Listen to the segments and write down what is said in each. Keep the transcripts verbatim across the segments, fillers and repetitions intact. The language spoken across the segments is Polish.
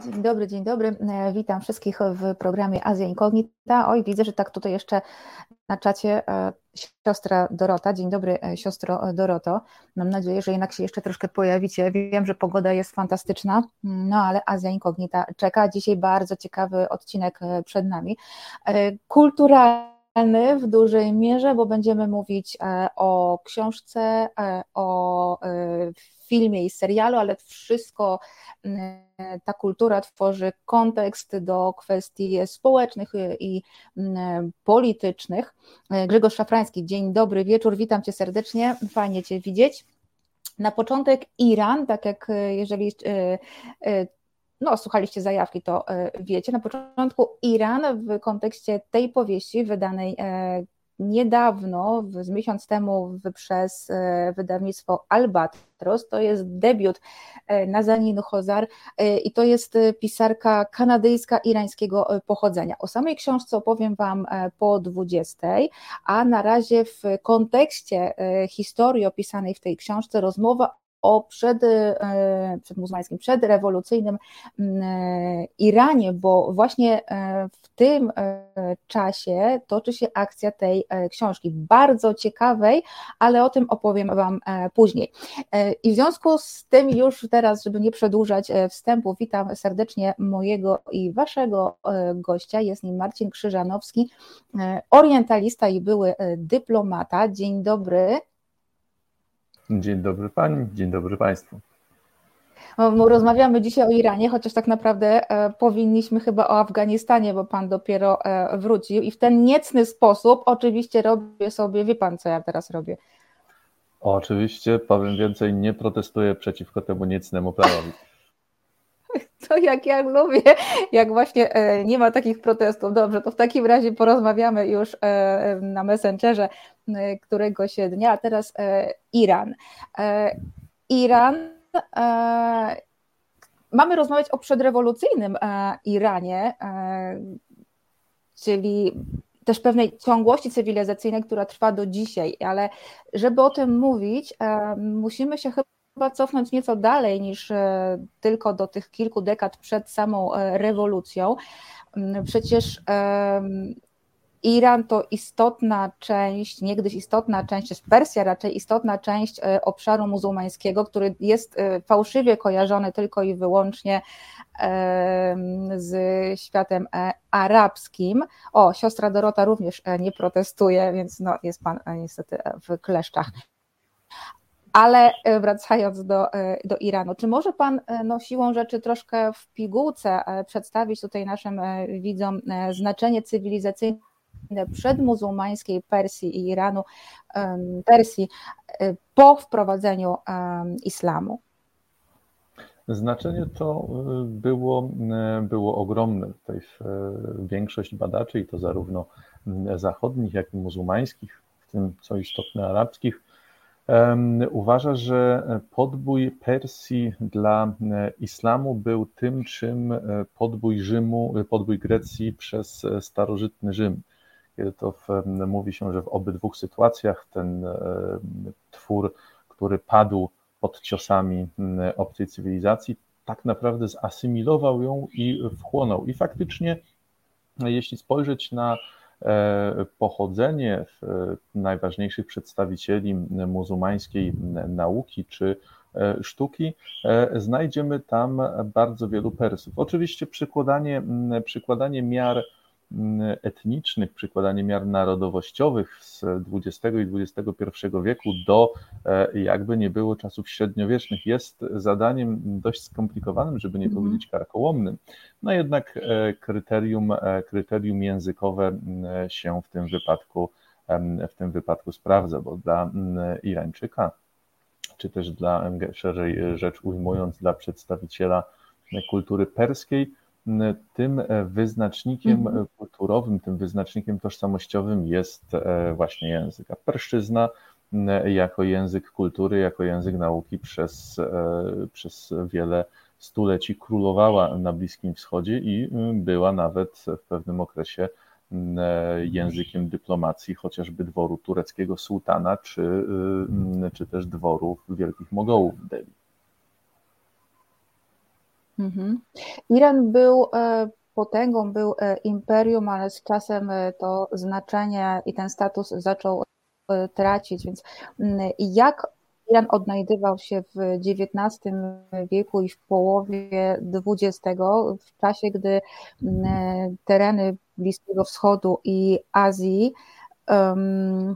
Dzień dobry, dzień dobry. Witam wszystkich w programie Azja Incognita. Oj, widzę, że tak tutaj jeszcze na czacie siostra Dorota. Dzień dobry, siostro Doroto. Mam nadzieję, że jednak się jeszcze troszkę pojawicie. Wiem, że pogoda jest fantastyczna, no ale Azja Incognita czeka. Dzisiaj bardzo ciekawy odcinek przed nami. Kulturalny w dużej mierze, bo będziemy mówić o książce, o filmie i serialu, ale wszystko ta kultura tworzy kontekst do kwestii społecznych i politycznych. Grzegorz Szafrański, dzień dobry wieczór, witam Cię serdecznie, fajnie Cię widzieć. Na początek Iran, tak jak jeżeli no, słuchaliście zajawki, to wiecie, na początku Iran w kontekście tej powieści wydanej niedawno, z miesiąc temu przez wydawnictwo Albatros, to jest debiut Nazanin Hozar i to jest pisarka kanadyjska irańskiego pochodzenia. O samej książce opowiem Wam po dwudziestej, a na razie w kontekście historii opisanej w tej książce rozmowa o przed, przedmuzułmańskim, przedrewolucyjnym Iranie, bo właśnie w tym czasie toczy się akcja tej książki, bardzo ciekawej, ale o tym opowiem Wam później. I w związku z tym już teraz, żeby nie przedłużać wstępu, witam serdecznie mojego i Waszego gościa, jest nim Marcin Krzyżanowski, orientalista i były dyplomata. Dzień dobry. Dzień dobry Pani, dzień dobry Państwu. Rozmawiamy dzisiaj o Iranie, chociaż tak naprawdę powinniśmy chyba o Afganistanie, bo Pan dopiero wrócił i w ten niecny sposób oczywiście robię sobie, wie Pan co ja teraz robię? Oczywiście, powiem więcej, nie protestuję przeciwko temu niecnemu prawowi. To jak ja lubię, jak właśnie nie ma takich protestów. Dobrze, to w takim razie porozmawiamy już na Messengerze któregoś dnia, a teraz Iran. Iran, mamy rozmawiać o przedrewolucyjnym Iranie, czyli też pewnej ciągłości cywilizacyjnej, która trwa do dzisiaj, ale żeby o tym mówić, musimy się chyba Chyba cofnąć nieco dalej niż tylko do tych kilku dekad przed samą rewolucją. Przecież Iran to istotna część, niegdyś istotna część, czy Persja raczej istotna część obszaru muzułmańskiego, który jest fałszywie kojarzony tylko i wyłącznie z światem arabskim. O, siostra Dorota również nie protestuje, więc no, jest Pan niestety w kleszczach. Ale wracając do, do Iranu, czy może Pan no, siłą rzeczy troszkę w pigułce przedstawić tutaj naszym widzom znaczenie cywilizacyjne przedmuzułmańskiej Persji i Iranu, Persji po wprowadzeniu islamu? Znaczenie to było, było ogromne. Tutaj większość badaczy, i to zarówno zachodnich, jak i muzułmańskich, w tym co istotne arabskich, uważa, że podbój Persji dla islamu był tym, czym podbój Rzymu, podbój Grecji przez starożytny Rzym. Kiedy to w, mówi się, że w obydwu sytuacjach ten twór, który padł pod ciosami obcej cywilizacji, tak naprawdę zasymilował ją i wchłonął. I faktycznie, jeśli spojrzeć na pochodzenie najważniejszych przedstawicieli muzułmańskiej nauki czy sztuki, znajdziemy tam bardzo wielu Persów. Oczywiście przykładanie, przykładanie miar etnicznych, przykładanie miar narodowościowych z dwudziestego i dwudziestego pierwszego wieku do, jakby nie było, czasów średniowiecznych jest zadaniem dość skomplikowanym, żeby nie powiedzieć karkołomnym. No jednak kryterium, kryterium językowe się w tym wypadku, w tym wypadku sprawdza, bo dla Irańczyka, czy też dla, szerzej rzecz ujmując, dla przedstawiciela kultury perskiej, tym wyznacznikiem mm-hmm. kulturowym, tym wyznacznikiem tożsamościowym jest właśnie język. A perszczyzna jako język kultury, jako język nauki przez, przez wiele stuleci królowała na Bliskim Wschodzie i była nawet w pewnym okresie językiem dyplomacji chociażby dworu tureckiego sułtana, czy, czy też dworu wielkich Mogołów w Delhi. Mhm. Iran był potęgą, był imperium, ale z czasem to znaczenie i ten status zaczął tracić, więc jak Iran odnajdywał się w dziewiętnastym wieku i w połowie dwudziestego, w czasie, gdy tereny Bliskiego Wschodu i Azji um,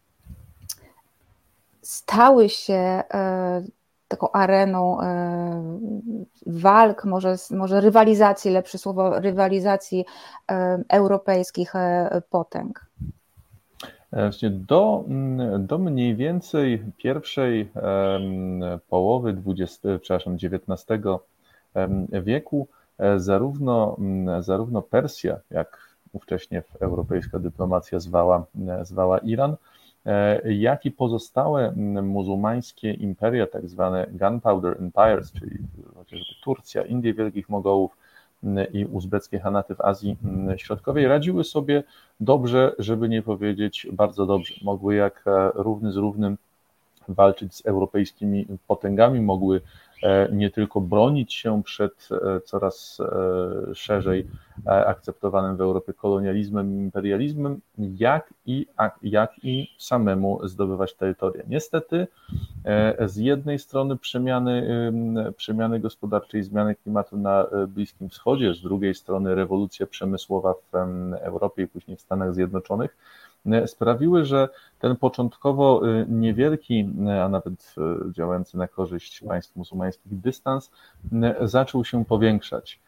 stały się taką areną walk, może, może rywalizacji, lepsze słowo, rywalizacji europejskich potęg? Właśnie do, do mniej więcej pierwszej połowy dwudziestego, przepraszam, dziewiętnastego wieku zarówno, zarówno Persja, jak ówcześnie europejska dyplomacja zwała, zwała Iran, jak i pozostałe muzułmańskie imperia, tak zwane Gunpowder Empires, czyli chociażby Turcja, Indie Wielkich Mogołów i uzbeckie Hanaty w Azji Środkowej, radziły sobie dobrze, żeby nie powiedzieć bardzo dobrze. Mogły jak równy z równym walczyć z europejskimi potęgami, mogły nie tylko bronić się przed coraz szerzej akceptowanym w Europie kolonializmem i imperializmem, jak i, jak i samemu zdobywać terytoria. Niestety z jednej strony przemiany, przemiany gospodarczej, zmiany klimatu na Bliskim Wschodzie, z drugiej strony rewolucja przemysłowa w Europie i później w Stanach Zjednoczonych sprawiły, że ten początkowo niewielki, a nawet działający na korzyść państw muzułmańskich dystans zaczął się powiększać.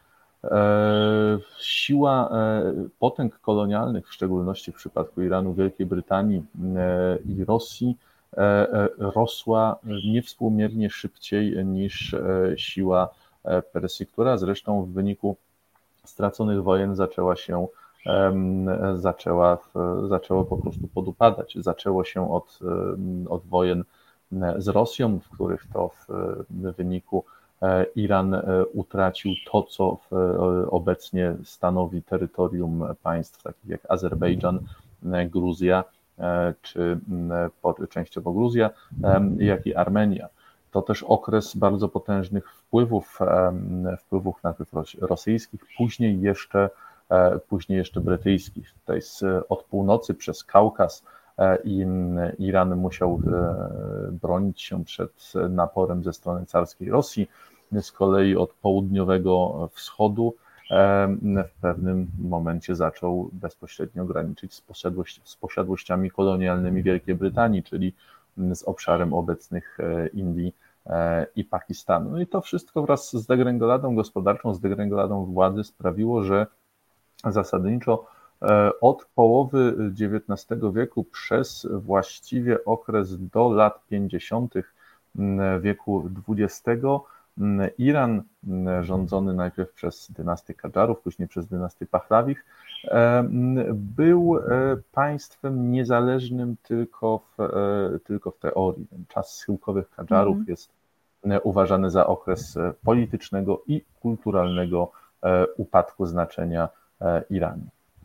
Siła potęg kolonialnych, w szczególności w przypadku Iranu, Wielkiej Brytanii i Rosji, rosła niewspółmiernie szybciej niż siła Persji, która zresztą w wyniku straconych wojen zaczęła się zaczęła, zaczęło po prostu podupadać. Zaczęło się od, od wojen z Rosją, w których to w wyniku Iran utracił to, co obecnie stanowi terytorium państw takich jak Azerbejdżan, Gruzja, czy częściowo Gruzja, jak i Armenia. To też okres bardzo potężnych wpływów, wpływów najpierw rosyjskich, później jeszcze później jeszcze brytyjskich. Tutaj z, od północy przez Kaukaz i Iran musiał bronić się przed naporem ze strony carskiej Rosji, z kolei od południowego wschodu w pewnym momencie zaczął bezpośrednio graniczyć z, posiadłość, z posiadłościami kolonialnymi Wielkiej Brytanii, czyli z obszarem obecnych Indii i Pakistanu. No i to wszystko wraz z degrengoladą gospodarczą, z degrengoladą władzy sprawiło, że zasadniczo od połowy dziewiętnastego wieku przez właściwie okres do lat pięćdziesiątych wieku dwudziestego Iran, rządzony najpierw przez dynastię Kadżarów, później przez dynastię Pahlawich, był państwem niezależnym tylko w, tylko w teorii. Czas schyłkowych Kadżarów mm. jest uważany za okres politycznego i kulturalnego upadku znaczenia Iranu.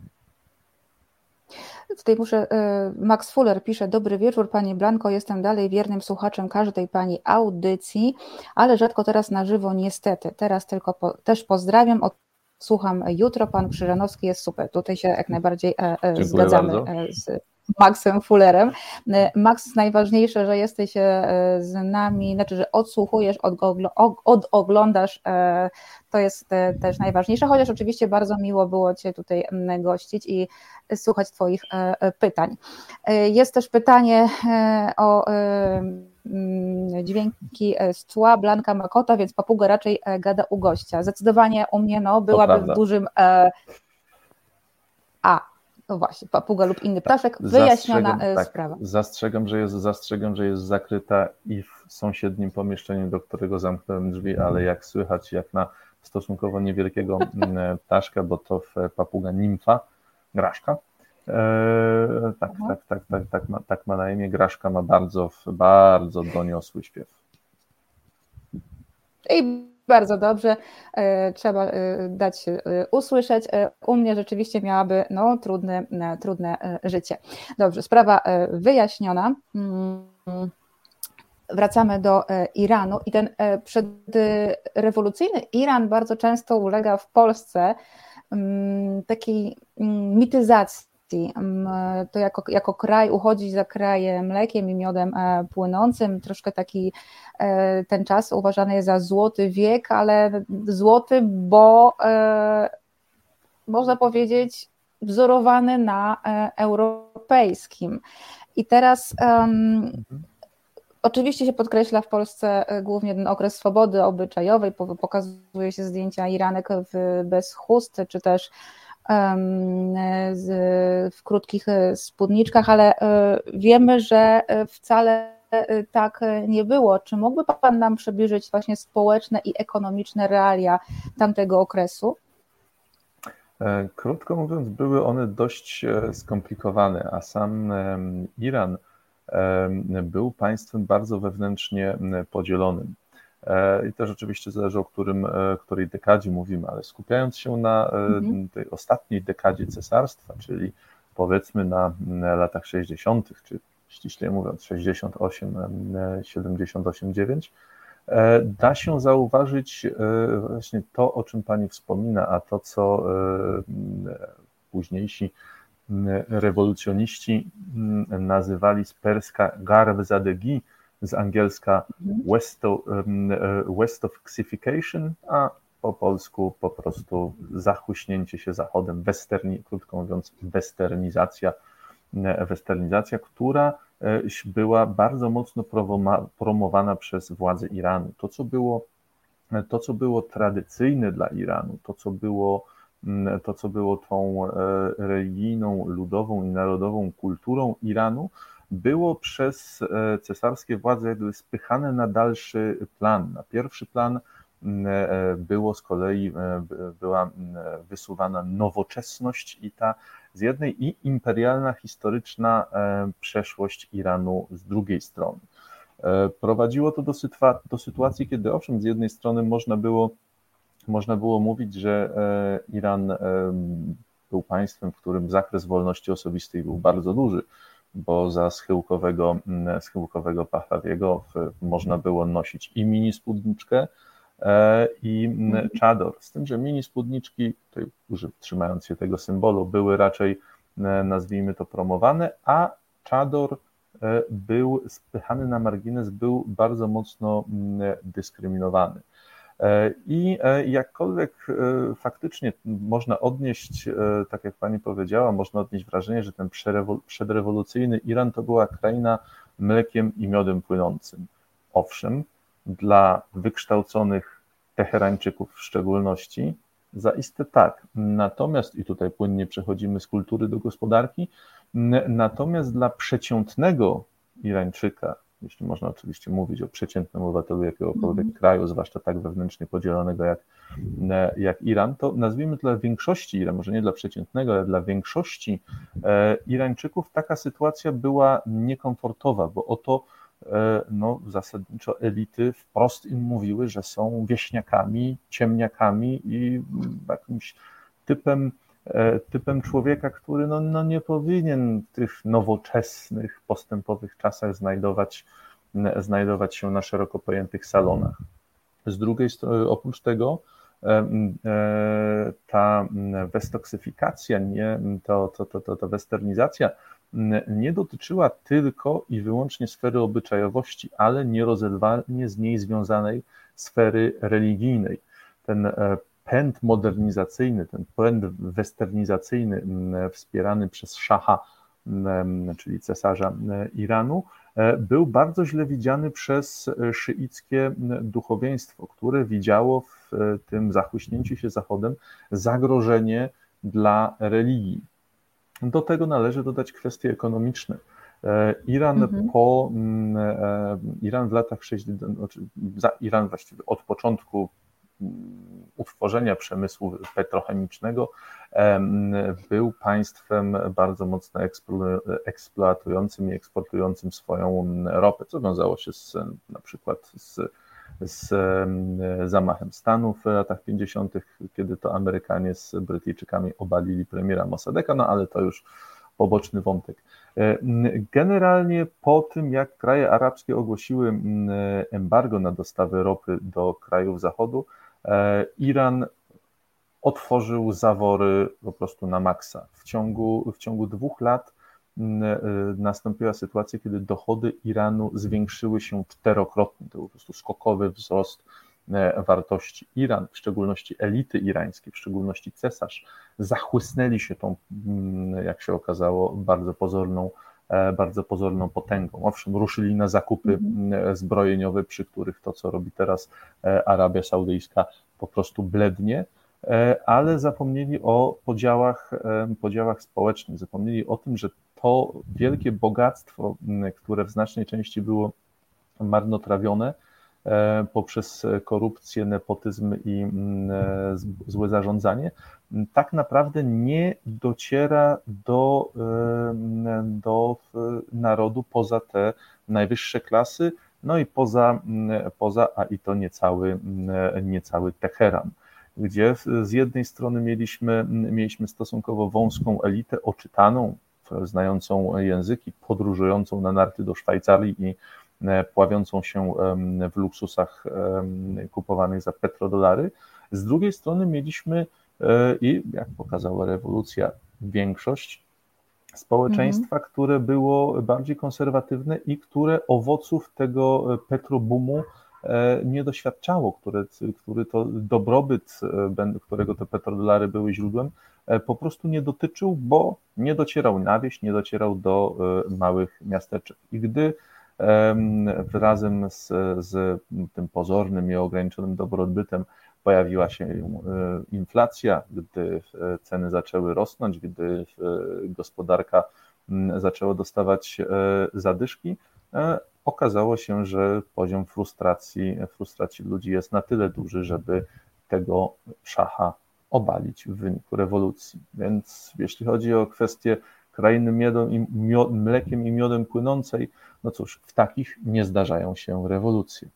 Tutaj muszę, Max Fuller pisze: dobry wieczór Pani Blanko, jestem dalej wiernym słuchaczem każdej Pani audycji, ale rzadko teraz na żywo niestety. Teraz tylko po, też pozdrawiam, odsłucham jutro, Pan Krzyżanowski jest super. Tutaj się jak najbardziej Dziękuję zgadzamy bardzo. z Maxem Fullerem. Max, najważniejsze, że jesteś z nami, znaczy, że odsłuchujesz, odoglądasz, to jest też najważniejsze, chociaż oczywiście bardzo miło było Cię tutaj gościć i słuchać Twoich pytań. Jest też pytanie o dźwięki z tła Blanka Makota, więc papuga raczej gada u gościa. Zdecydowanie u mnie no, byłaby w dużym A. No właśnie, papuga lub inny ptaszek, wyjaśniona zastrzegam, sprawa. Tak, zastrzegam, że jest, zastrzegam, że jest zakryta i w sąsiednim pomieszczeniu, do którego zamknąłem drzwi, ale jak słychać, jak na stosunkowo niewielkiego ptaszka, bo to papuga nimfa, graszka. Eee, tak, tak, tak, tak, tak, ma, tak ma na imię. Graszka ma bardzo, bardzo doniosły śpiew. I bardzo dobrze, trzeba dać się usłyszeć. U mnie rzeczywiście miałaby no, trudne, trudne życie. Dobrze, sprawa wyjaśniona. wracamy do Iranu i ten przedrewolucyjny Iran bardzo często ulega w Polsce takiej mityzacji. To jako, jako kraj uchodzi za krajem mlekiem i miodem płynącym, troszkę taki ten czas uważany jest za złoty wiek, ale złoty, bo można powiedzieć wzorowany na europejskim. I teraz um, oczywiście się podkreśla w Polsce głównie ten okres swobody obyczajowej, pokazuje się zdjęcia Iranek w, bez chusty, czy też um, z, w krótkich spódniczkach, ale wiemy, że wcale tak nie było. Czy mógłby Pan nam przybliżyć właśnie społeczne i ekonomiczne realia tamtego okresu? Krótko mówiąc, były one dość skomplikowane, a sam Iran był państwem bardzo wewnętrznie podzielonym. I też oczywiście zależy, o którym, której dekadzie mówimy, ale skupiając się na mhm. tej ostatniej dekadzie cesarstwa, czyli powiedzmy na latach sześćdziesiątych, czy ściślej mówiąc sześćdziesiąt osiem, siedemdziesiąt osiem, dziewięć, da się zauważyć właśnie to, o czym Pani wspomina, a to, co późniejsi rewolucjoniści nazywali z perska garb-zadegi, z angielska westofixification, a po polsku po prostu zachłyśnięcie się Zachodem, westerni, krótko mówiąc westernizacja, westernizacja, która była bardzo mocno promowana przez władze Iranu. To, co było, to, co było tradycyjne dla Iranu, to, co było, to, co było tą religijną, ludową i narodową kulturą Iranu, było przez cesarskie władze jakby spychane na dalszy plan. Na pierwszy plan było z kolei, była wysuwana nowoczesność i ta z jednej i imperialna, historyczna przeszłość Iranu z drugiej strony. Prowadziło to do, sytua- do sytuacji, kiedy owszem, z jednej strony można było, można było mówić, że Iran był państwem, w którym zakres wolności osobistej był bardzo duży, bo za schyłkowego, schyłkowego Pahlawiego można było nosić i mini spódniczkę, i czador. Z tym, że mini spódniczki, tutaj trzymając się tego symbolu, były raczej, nazwijmy to, promowane, a czador był spychany na margines, był bardzo mocno dyskryminowany. I jakkolwiek faktycznie można odnieść, tak jak Pani powiedziała, można odnieść wrażenie, że ten przedrewolucyjny Iran to była kraina mlekiem i miodem płynącym. Owszem, dla wykształconych Teherańczyków w szczególności, zaiste tak. Natomiast, i tutaj płynnie przechodzimy z kultury do gospodarki, natomiast dla przeciętnego Irańczyka, jeśli można oczywiście mówić o przeciętnym obywatelu jakiegokolwiek mm. kraju, zwłaszcza tak wewnętrznie podzielonego jak, jak Iran, to nazwijmy dla większości Iran, może nie dla przeciętnego, ale dla większości Irańczyków taka sytuacja była niekomfortowa, bo oto no, zasadniczo elity wprost im mówiły, że są wieśniakami, ciemniakami i jakimś typem, typem człowieka, który no, no nie powinien w tych nowoczesnych, postępowych czasach znajdować, znajdować się na szeroko pojętych salonach. Z drugiej strony, oprócz tego, ta westoksyfikacja, nie, to, to, to, to, ta westernizacja nie dotyczyła tylko i wyłącznie sfery obyczajowości, ale nierozerwalnie z niej związanej sfery religijnej. Ten pęd modernizacyjny, ten pęd westernizacyjny wspierany przez szacha, czyli cesarza Iranu, był bardzo źle widziany przez szyickie duchowieństwo, które widziało w tym zachłyśnięciu się Zachodem zagrożenie dla religii. Do tego należy dodać kwestie ekonomiczne. Iran mhm. po Iran w latach sześćdziesiątych, Iran właściwie od początku utworzenia przemysłu petrochemicznego był państwem bardzo mocno eksploatującym i eksportującym swoją ropę, co wiązało się z, na przykład z, z zamachem Stanów w latach pięćdziesiątych, kiedy to Amerykanie z Brytyjczykami obalili premiera Mossadegha, no ale to już poboczny wątek. Generalnie po tym, jak kraje arabskie ogłosiły embargo na dostawy ropy do krajów Zachodu, Iran otworzył zawory po prostu na maksa. W ciągu, w ciągu dwóch lat nastąpiła sytuacja, kiedy dochody Iranu zwiększyły się czterokrotnie. To był po prostu skokowy wzrost wartości. Iran, w szczególności elity irańskie, w szczególności cesarz, zachłysnęli się tą, jak się okazało, bardzo pozorną, bardzo pozorną potęgą. Owszem, ruszyli na zakupy zbrojeniowe, przy których to, co robi teraz Arabia Saudyjska, po prostu blednie, ale zapomnieli o podziałach, podziałach społecznych, zapomnieli o tym, że to wielkie bogactwo, które w znacznej części było marnotrawione poprzez korupcję, nepotyzm i złe zarządzanie, tak naprawdę nie dociera do, do narodu poza te najwyższe klasy, no i poza, poza a i to niecały, niecały Teheran, gdzie z jednej strony mieliśmy, mieliśmy stosunkowo wąską elitę oczytaną, znającą języki, podróżującą na narty do Szwajcarii i pławiącą się w luksusach kupowanych za petrodolary. Z drugiej strony mieliśmy, i jak pokazała rewolucja, większość społeczeństwa, mhm. które było bardziej konserwatywne i które owoców tego petroboomu nie doświadczało, które, który to dobrobyt, którego te petrodolary były źródłem, po prostu nie dotyczył, bo nie docierał na wieś, nie docierał do małych miasteczek. I gdy razem z, z tym pozornym i ograniczonym dobrobytem pojawiła się inflacja, gdy ceny zaczęły rosnąć, gdy gospodarka zaczęła dostawać zadyszki, okazało się, że poziom frustracji, frustracji ludzi jest na tyle duży, żeby tego szacha obalić w wyniku rewolucji. Więc jeśli chodzi o kwestię krainy miodą i mio, mlekiem i miodem płynącej, no cóż, w takich nie zdarzają się rewolucje.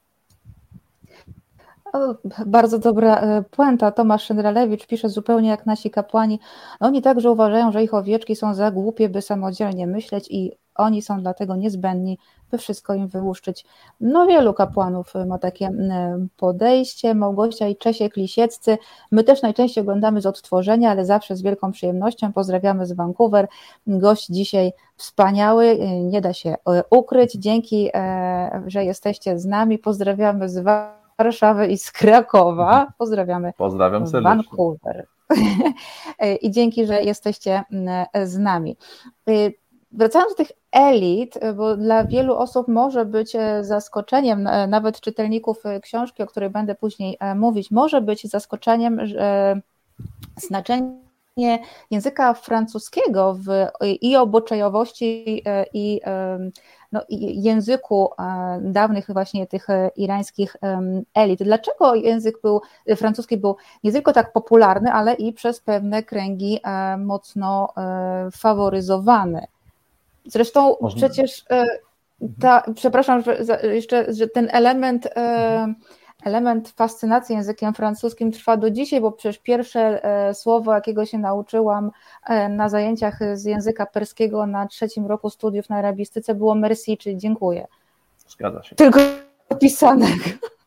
O, bardzo dobra puenta. Tomasz Szyndralewicz pisze zupełnie jak nasi kapłani. Oni także uważają, że ich owieczki są za głupie, by samodzielnie myśleć i oni są dlatego niezbędni, by wszystko im wyłuszczyć. No wielu kapłanów ma takie podejście. Małgosia i Czesiek Lisieccy. My też najczęściej oglądamy z odtworzenia, ale zawsze z wielką przyjemnością. Pozdrawiamy z Vancouver. Gość dzisiaj wspaniały, nie da się ukryć. Dzięki, że jesteście z nami. Pozdrawiamy z Warszawy i z Krakowa. Pozdrawiamy. Pozdrawiam serdecznie. Vancouver. I dzięki, że jesteście z nami. Wracając do tych elit, bo dla wielu osób może być zaskoczeniem, nawet czytelników książki, o której będę później mówić, może być zaskoczeniem, że znaczenie języka francuskiego w, i obyczajowości, i, no, i języku dawnych właśnie tych irańskich elit. Dlaczego język był, francuski był nie tylko tak popularny, ale i przez pewne kręgi mocno faworyzowany? Zresztą Można. przecież ta, przepraszam, że jeszcze, że ten element, element fascynacji językiem francuskim trwa do dzisiaj, bo przecież pierwsze słowo, jakiego się nauczyłam na zajęciach z języka perskiego na trzecim roku studiów na arabistyce było merci, czyli dziękuję. Zgadza się. Tylko pisanego.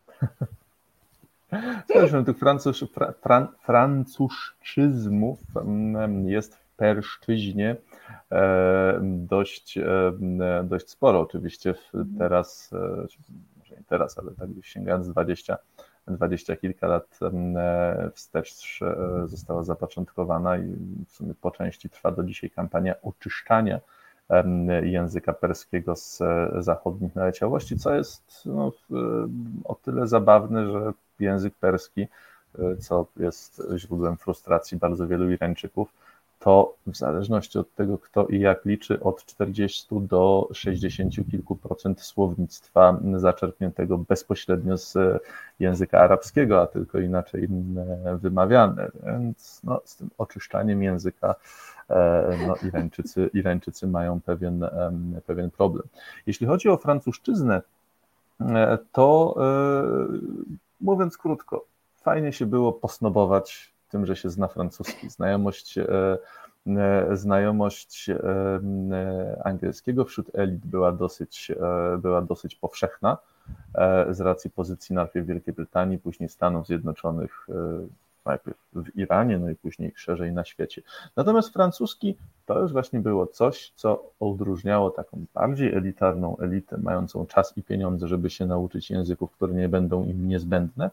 Zresztą tych francusz, fran, francuszczyzmów jest w perszczyźnie dość, dość sporo. Oczywiście teraz, może nie teraz, ale tak gdzieś sięgając dwadzieścia, dwadzieścia kilka lat wstecz została zapoczątkowana i w sumie po części trwa do dzisiaj kampania oczyszczania języka perskiego z zachodnich naleciałości, co jest no, o tyle zabawne, że język perski, co jest źródłem frustracji bardzo wielu Irańczyków, to w zależności od tego, kto i jak liczy, od czterdziestu do sześćdziesięciu kilku procent słownictwa zaczerpniętego bezpośrednio z języka arabskiego, a tylko inaczej wymawiane. Więc no, z tym oczyszczaniem języka no, Irańczycy, Irańczycy mają pewien, pewien problem. Jeśli chodzi o francuszczyznę, to mówiąc krótko, fajnie się było posnobować tym, że się zna francuski. Znajomość znajomość angielskiego wśród elit była dosyć, była dosyć powszechna z racji pozycji najpierw Wielkiej Brytanii, później Stanów Zjednoczonych, najpierw w Iranie, no i później szerzej na świecie. Natomiast francuski to już właśnie było coś, co odróżniało taką bardziej elitarną elitę, mającą czas i pieniądze, żeby się nauczyć języków, które nie będą im niezbędne,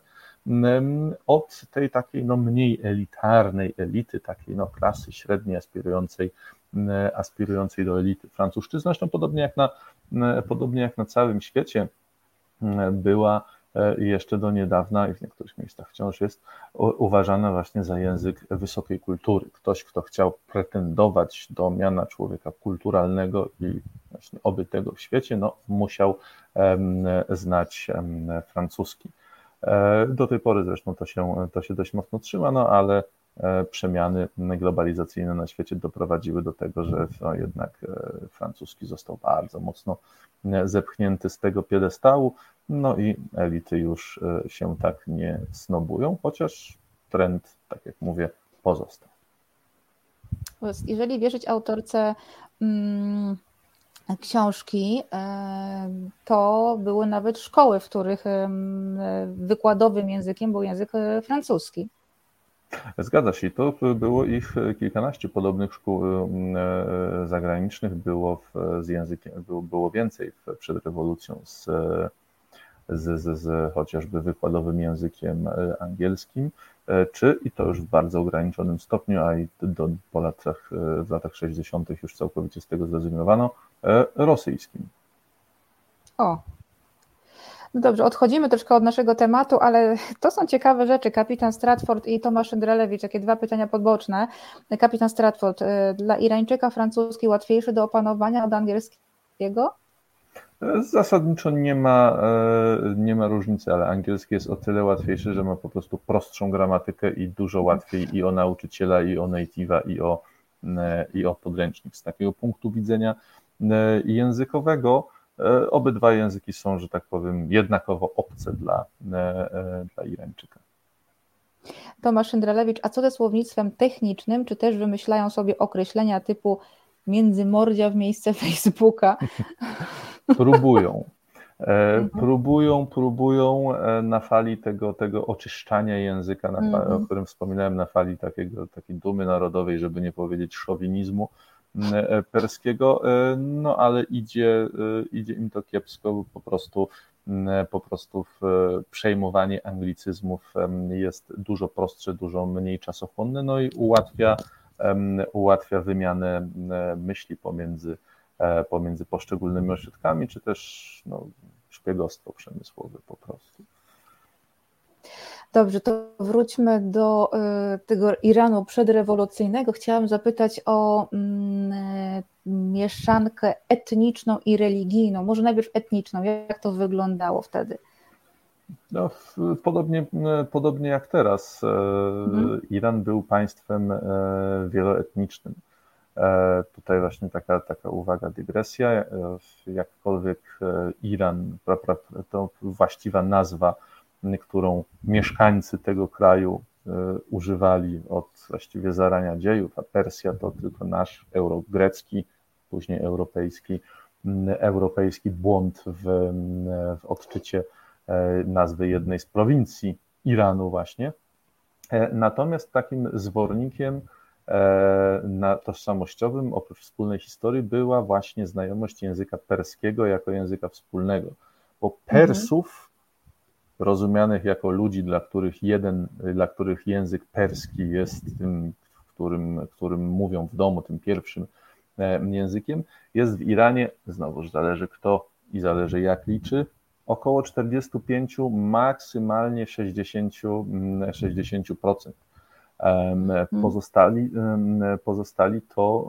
od tej takiej no, mniej elitarnej elity, takiej no, klasy średniej, aspirującej, aspirującej do elity. Francuszczyzna, zresztą podobnie jak na, podobnie jak na całym świecie, była jeszcze do niedawna i w niektórych miejscach wciąż jest uważana właśnie za język wysokiej kultury. Ktoś, kto chciał pretendować do miana człowieka kulturalnego i właśnie obytego w świecie, no, musiał znać francuski. Do tej pory zresztą to się, to się dość mocno trzyma, no ale przemiany globalizacyjne na świecie doprowadziły do tego, że no, jednak francuski został bardzo mocno zepchnięty z tego piedestału, no i elity już się tak nie snobują, chociaż trend, tak jak mówię, pozostał. Jeżeli wierzyć autorce hmm, książki, to były nawet szkoły, w których wykładowym językiem był język francuski. Zgadza się, to było ich kilkanaście podobnych szkół zagranicznych, było z językiem, było, było więcej przed rewolucją z, z, z, z chociażby wykładowym językiem angielskim, czy i to już w bardzo ograniczonym stopniu, a i do, po latach, w latach sześćdziesiątych już całkowicie z tego zrezygnowano, rosyjskim. O. No dobrze, odchodzimy troszkę od naszego tematu, ale to są ciekawe rzeczy. Kapitan Stratford i Tomasz Jędrelewicz, takie dwa pytania podboczne. Kapitan Stratford, dla Irańczyka francuski łatwiejszy do opanowania od angielskiego? Zasadniczo nie ma, nie ma różnicy, ale angielski jest o tyle łatwiejszy, że ma po prostu prostszą gramatykę i dużo łatwiej i o nauczyciela, i o native'a, i o, i o podręcznik. Z takiego punktu widzenia językowego obydwa języki są, że tak powiem, jednakowo obce dla, dla Irańczyka. Tomasz Jędrelewicz, a co ze słownictwem technicznym? Czy też wymyślają sobie określenia typu międzymordzia w miejsce Facebooka? Próbują. Mhm. Próbują, próbują na fali tego, tego oczyszczania języka, na fali, mhm. o którym wspominałem, na fali takiego, takiej dumy narodowej, żeby nie powiedzieć szowinizmu perskiego, no ale idzie, idzie im to kiepsko, bo po prostu, po prostu przejmowanie anglicyzmów jest dużo prostsze, dużo mniej czasochłonne, no i ułatwia, ułatwia wymianę myśli pomiędzy, pomiędzy poszczególnymi ośrodkami, czy też no, szpiegostwo przemysłowe po prostu. Dobrze, to wróćmy do tego Iranu przedrewolucyjnego. Chciałam zapytać o mieszankę etniczną i religijną. Może najpierw etniczną. Jak to wyglądało wtedy? No, podobnie, podobnie jak teraz. Mhm. Iran był państwem wieloetnicznym. Tutaj właśnie taka, taka uwaga, dygresja. Jakkolwiek Iran, to właściwa nazwa, którą mieszkańcy tego kraju używali od właściwie zarania dziejów, a Persja to tylko nasz eurogrecki, później europejski, europejski błąd w, w odczycie nazwy jednej z prowincji Iranu właśnie. Natomiast takim zwornikiem na tożsamościowym, oprócz wspólnej historii, była właśnie znajomość języka perskiego jako języka wspólnego, bo Persów rozumianych jako ludzi, dla których jeden, dla których język perski jest tym, którym, którym mówią w domu, tym pierwszym językiem, jest w Iranie, znowuż zależy kto i zależy jak liczy, około czterdzieści pięć, maksymalnie sześćdziesiąt procent. Pozostali, pozostali to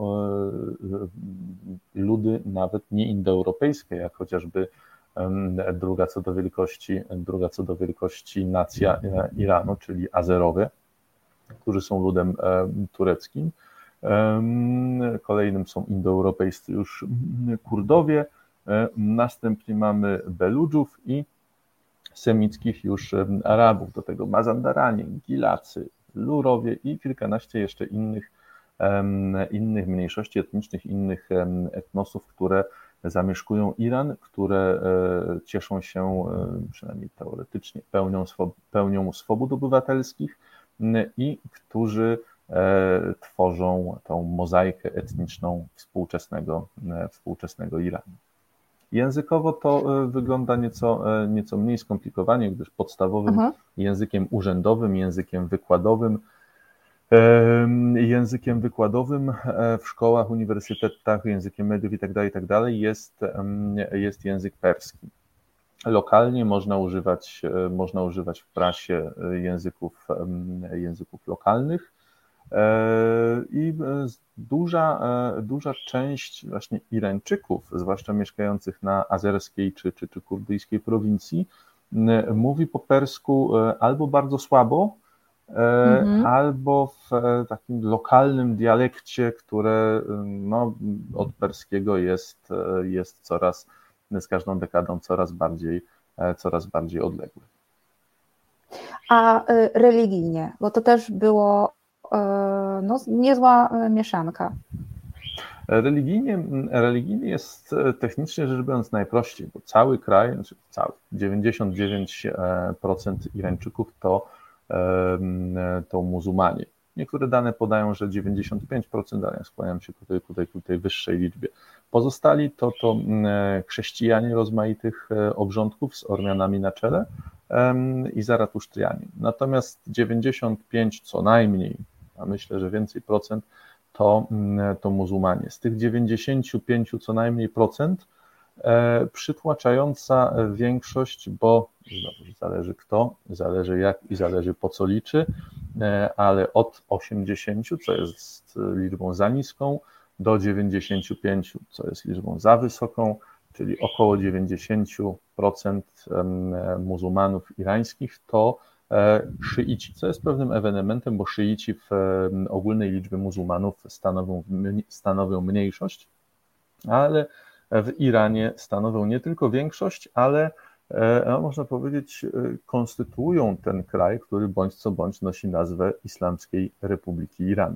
ludy nawet nieindoeuropejskie, jak chociażby druga co do wielkości, druga co do wielkości nacja Iranu, czyli Azerowie, którzy są ludem tureckim. Kolejnym są indoeuropejscy już Kurdowie, następnie mamy Beludżów i semickich już Arabów, do tego Mazandaranie, Gilacy, Lurowie i kilkanaście jeszcze innych innych mniejszości etnicznych, innych etnosów, które zamieszkują Iran, które cieszą się, przynajmniej teoretycznie, pełnią, pełnią swobód obywatelskich i którzy tworzą tą mozaikę etniczną współczesnego, współczesnego Iranu. Językowo to wygląda nieco, nieco mniej skomplikowanie, gdyż podstawowym Aha. językiem urzędowym, językiem wykładowym, językiem wykładowym w szkołach, uniwersytetach, językiem mediów itd., itd. jest, jest język perski. Lokalnie można używać, można używać w prasie języków, języków lokalnych i duża, duża część właśnie Irańczyków, zwłaszcza mieszkających na azerskiej czy, czy, czy kurdyjskiej prowincji, mówi po persku albo bardzo słabo, Mhm. albo w takim lokalnym dialekcie, które no, od perskiego jest, jest coraz, z każdą dekadą coraz bardziej, coraz bardziej odległy. A religijnie, bo to też było no, niezła mieszanka. Religijnie, religijnie jest technicznie rzecz biorąc najprościej, bo cały kraj, znaczy cały, dziewięćdziesiąt dziewięć procent Irańczyków to to muzułmanie. Niektóre dane podają, że dziewięćdziesiąt pięć procent, ale ja skłaniam się tutaj, tutaj ku tej wyższej liczbie. Pozostali to, to chrześcijanie rozmaitych obrządków z Ormianami na czele i Zaratusztrianie. Natomiast dziewięćdziesiąt pięć co najmniej, a myślę, że więcej procent, to, to muzułmanie. Z tych dziewięćdziesiąt pięć co najmniej procent przytłaczająca większość, bo znowu zależy kto, zależy jak i zależy po co liczy, ale od osiemdziesięciu, co jest liczbą za niską, do dziewięćdziesięciu pięciu, co jest liczbą za wysoką, czyli około dziewięćdziesiąt procent muzułmanów irańskich to szyici, co jest pewnym ewenementem, bo szyici w ogólnej liczbie muzułmanów stanowią, stanowią mniejszość, ale w Iranie stanowią nie tylko większość, ale no, można powiedzieć konstytuują ten kraj, który bądź co bądź nosi nazwę Islamskiej Republiki Iranu.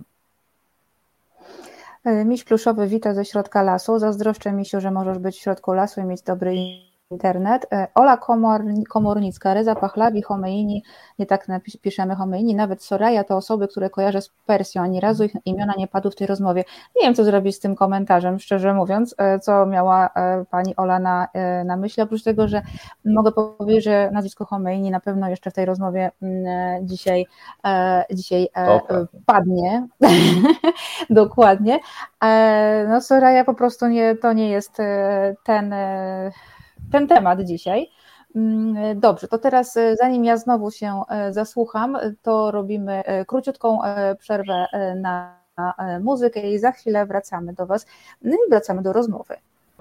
Miś pluszowy wita ze środka lasu. Zazdroszczę, Misiu, że możesz być w środku lasu i mieć dobry internet. Ola Komornicka, Reza Pahlavi, Homeini, nie tak piszemy Homeini, nawet Soraya to osoby, które kojarzę z Persją, ani razu ich imiona nie padły w tej rozmowie. Nie wiem, co zrobić z tym komentarzem, szczerze mówiąc, co miała pani Ola na, na myśli, oprócz tego, że mogę powiedzieć, że nazwisko Homeini na pewno jeszcze w tej rozmowie dzisiaj, dzisiaj okay. padnie. Dokładnie. No Soraya po prostu nie, to nie jest ten ten temat dzisiaj. Dobrze, to teraz zanim ja znowu się zasłucham, to robimy króciutką przerwę na muzykę i za chwilę wracamy do Was i wracamy do rozmowy.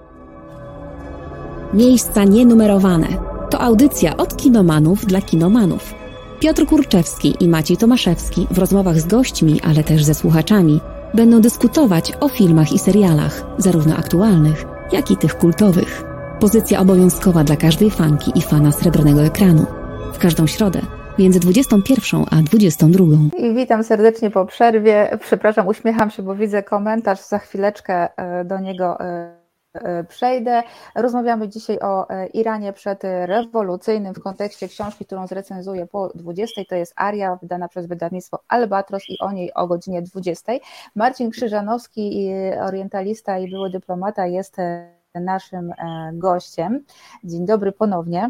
Miejsca nienumerowane. To audycja od kinomanów dla kinomanów. Piotr Kurczewski i Maciej Tomaszewski w rozmowach z gośćmi, ale też ze słuchaczami będą dyskutować o filmach i serialach, zarówno aktualnych, jak i tych kultowych. Pozycja obowiązkowa dla każdej fanki i fana srebrnego ekranu. W każdą środę między dwudziestą pierwszą a dwudziestą drugą. I witam serdecznie po przerwie. Przepraszam, uśmiecham się, bo widzę komentarz. Za chwileczkę do niego przejdę. Rozmawiamy dzisiaj o Iranie przedrewolucyjnym w kontekście książki, którą zrecenzuję po dwudziestej. To jest Aria, wydana przez wydawnictwo Albatros i o niej o godzinie dwudziestej. Marcin Krzyżanowski, orientalista i były dyplomata, jest naszym gościem. Dzień dobry ponownie.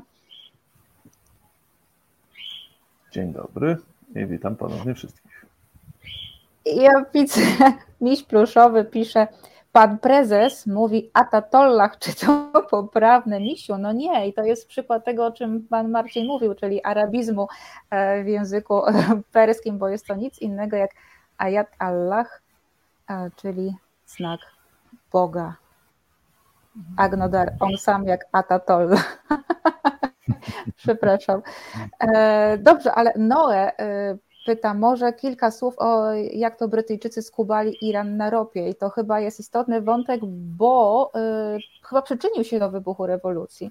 Dzień dobry i witam ponownie wszystkich. Ja widzę, miś pluszowy pisze, pan prezes mówi Atatollah, czy to poprawne, misiu? No nie, i to jest przykład tego, o czym pan Marcin mówił, czyli arabizmu w języku perskim, bo jest to nic innego jak Ayat Allah, czyli znak Boga. Agnodar, on sam jak Atatollah. Przepraszam. Dobrze, ale Noe pyta, może kilka słów o jak to Brytyjczycy skubali Iran na ropie i to chyba jest istotny wątek, bo chyba przyczynił się do wybuchu rewolucji.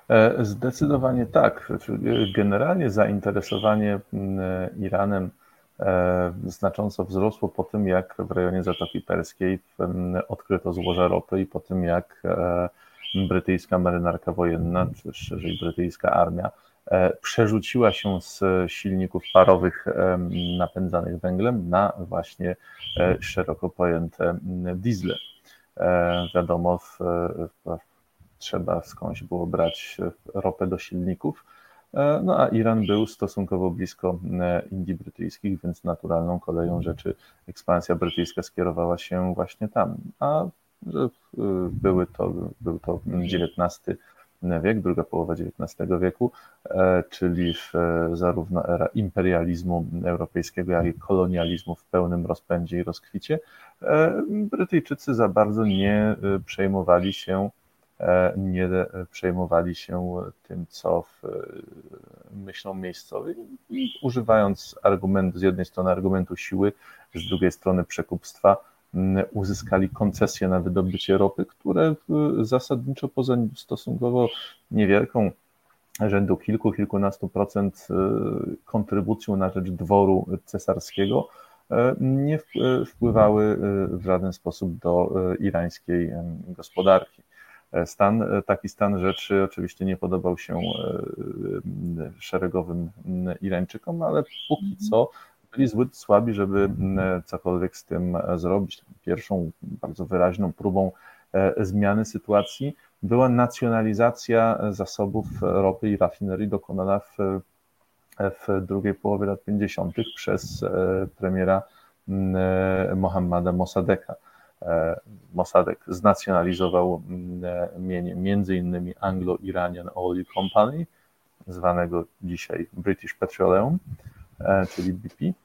Zdecydowanie tak. Generalnie zainteresowanie Iranem znacząco wzrosło po tym, jak w rejonie Zatoki Perskiej odkryto złoża ropy i po tym, jak brytyjska marynarka wojenna, czy szerzej brytyjska armia, przerzuciła się z silników parowych napędzanych węglem na właśnie szeroko pojęte diesle. Wiadomo, w, w, trzeba skądś było brać ropę do silników, no a Iran był stosunkowo blisko Indii Brytyjskich, więc naturalną koleją rzeczy ekspansja brytyjska skierowała się właśnie tam, a były to, był to dziewiętnasty wiek, druga połowa dziewiętnastego wieku, czyli w, zarówno era imperializmu europejskiego, jak i kolonializmu w pełnym rozpędzie i rozkwicie. Brytyjczycy za bardzo nie przejmowali się nie przejmowali się tym, co w myślą miejscowej, używając argumentu, z jednej strony argumentu siły, z drugiej strony przekupstwa, uzyskali koncesje na wydobycie ropy, które zasadniczo poza stosunkowo niewielką, rzędu kilku, kilkunastu procent kontrybucją na rzecz dworu cesarskiego, nie wpływały w żaden sposób do irańskiej gospodarki. Stan, taki stan rzeczy oczywiście nie podobał się szeregowym Irańczykom, ale póki co byli zbyt słabi, żeby cokolwiek z tym zrobić. Pierwszą bardzo wyraźną próbą zmiany sytuacji była nacjonalizacja zasobów ropy i rafinerii dokonana w, w drugiej połowie lat pięćdziesiątych przez premiera Mohammada Mossadegha. Mossadegh znacjonalizował między innymi Anglo-Iranian Oil Company, zwanego dzisiaj British Petroleum, czyli B P.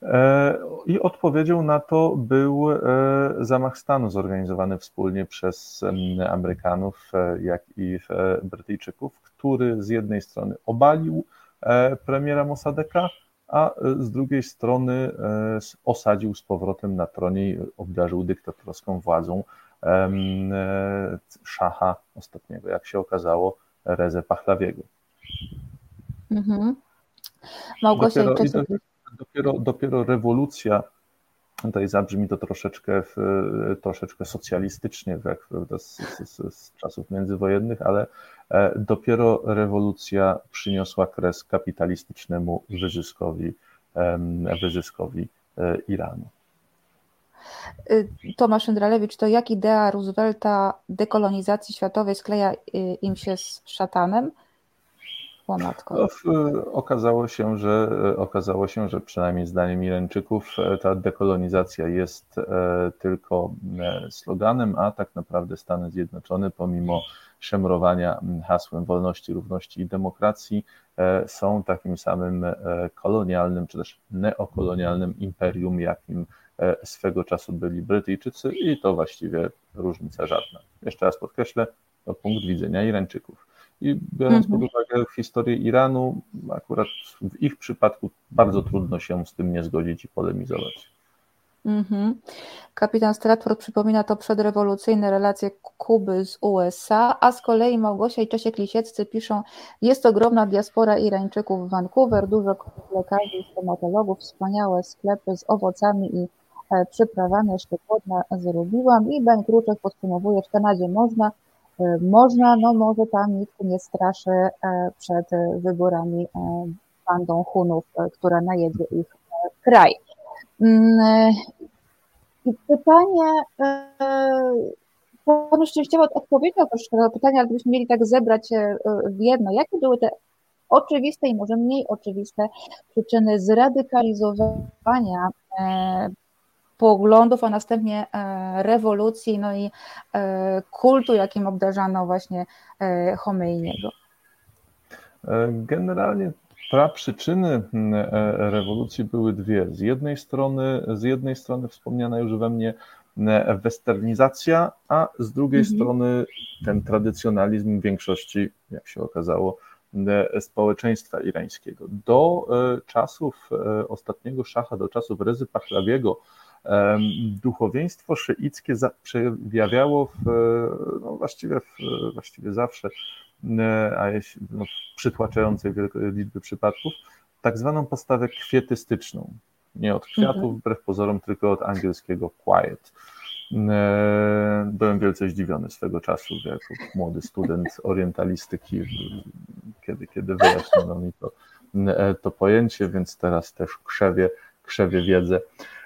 I odpowiedzią na to był zamach stanu zorganizowany wspólnie przez Amerykanów, jak i Brytyjczyków, który z jednej strony obalił premiera Mossadegha, a z drugiej strony osadził z powrotem na tronie i obdarzył dyktatorską władzą szacha ostatniego, jak się okazało, Rezę Pahlawiego. Mhm. Małgosia dopiero, i Czesek... dopiero, dopiero rewolucja, tutaj zabrzmi to troszeczkę, troszeczkę socjalistycznie jak z, z, z czasów międzywojennych, ale dopiero rewolucja przyniosła kres kapitalistycznemu wyzyskowi, wyzyskowi Iranu. Tomasz Jędralewicz, to jak idea Roosevelta dekolonizacji światowej skleja im się z szatanem? No, okazało się, że okazało się, że przynajmniej zdaniem Irańczyków ta dekolonizacja jest tylko sloganem, a tak naprawdę Stany Zjednoczone, pomimo szemrowania hasłem wolności, równości i demokracji, są takim samym kolonialnym czy też neokolonialnym imperium, jakim swego czasu byli Brytyjczycy, i to właściwie różnica żadna. Jeszcze raz podkreślę, to punkt widzenia Irańczyków. I biorąc pod uwagę historię Iranu, akurat w ich przypadku bardzo trudno się z tym nie zgodzić i polemizować. Mm-hmm. Kapitan Stratford przypomina to przedrewolucyjne relacje Kuby z U S A, a z kolei Małgosia i Czesiek Lisieccy piszą: jest ogromna diaspora Irańczyków w Vancouver, dużo lekarzy i stomatologów, wspaniałe sklepy z owocami i e, przyprawami, jeszcze głodna zrobiłam. I Ben Kruczek podsumowuje: w Kanadzie można, e, można, no może tam nikt nie straszy e, przed wyborami e, bandą Hunów, e, która najedzie ich e, kraj. I pytanie, Pan już chciała odpowiedzieć troszkę na pytanie, ale gdybyśmy mieli tak zebrać w jedno, jakie były te oczywiste i może mniej oczywiste przyczyny zradykalizowania poglądów, a następnie rewolucji, no i kultu, jakim obdarzano właśnie Chomeiniego? Generalnie praprzyczyny rewolucji były dwie. Z jednej strony, z jednej strony wspomniana już we mnie westernizacja, a z drugiej mhm. strony ten tradycjonalizm większości, jak się okazało, społeczeństwa irańskiego. Do czasów ostatniego szacha, do czasów Rezy Pahlawiego, duchowieństwo szyickie przejawiało w, no właściwie, w, właściwie zawsze, a jeśli no, w przytłaczającej liczby przypadków, tak zwaną postawę kwietystyczną. Nie od kwiatów, mhm. wbrew pozorom, tylko od angielskiego quiet. Byłem wielce zdziwiony swego czasu, jako młody student orientalistyki, kiedy, kiedy wyjaśniono mi to, to pojęcie, więc teraz też krzewię, krzewię wiedzę.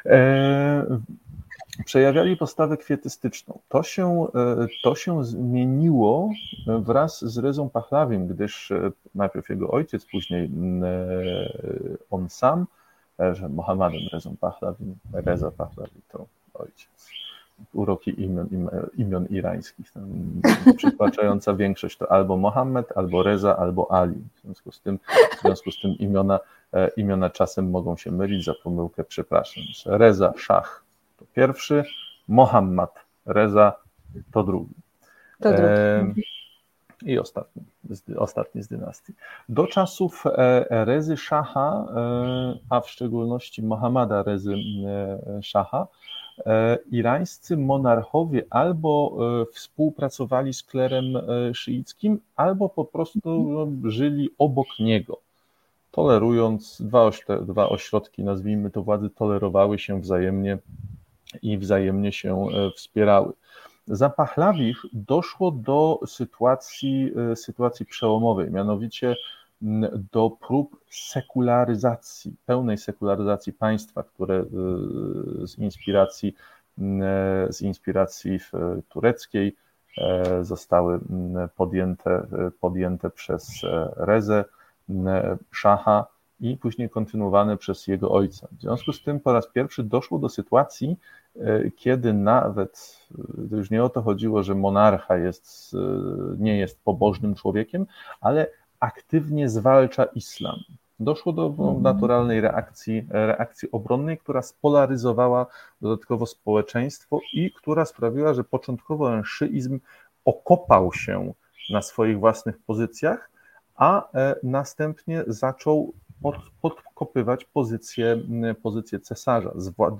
Przejawiali postawę kwietystyczną. To się, to się zmieniło wraz z Rezą Pahlawim, gdyż najpierw jego ojciec, później on sam, że Mohammadem Rezą Pahlawim, Reza Pahlavi to ojciec. Uroki imion, imion irańskich. Przytłaczająca większość to albo Mohammed, albo Reza, albo Ali. W związku z tym, w związku z tym imiona, imiona czasem mogą się mylić, za pomyłkę przepraszam. Reza Szach to pierwszy, Mohammad Reza to drugi. To drugi. E, I ostatni, ostatni z dynastii. Do czasów Rezy Szacha, a w szczególności Mohammada Rezy Szacha, irańscy monarchowie albo współpracowali z klerem szyickim, albo po prostu żyli obok niego, tolerując, dwa, dwa ośrodki, nazwijmy to władzy, tolerowały się wzajemnie i wzajemnie się wspierały. Za Pahlawich doszło do sytuacji, sytuacji przełomowej, mianowicie do prób sekularyzacji, pełnej sekularyzacji państwa, które z inspiracji, z inspiracji tureckiej zostały podjęte, podjęte przez Rezę Szacha i później kontynuowane przez jego ojca. W związku z tym po raz pierwszy doszło do sytuacji, kiedy nawet, już nie o to chodziło, że monarcha jest, nie jest pobożnym człowiekiem, ale aktywnie zwalcza islam. Doszło do naturalnej reakcji, reakcji obronnej, która spolaryzowała dodatkowo społeczeństwo i która sprawiła, że początkowo szyizm okopał się na swoich własnych pozycjach, a następnie zaczął pod, podkopywać pozycję, pozycję cesarza.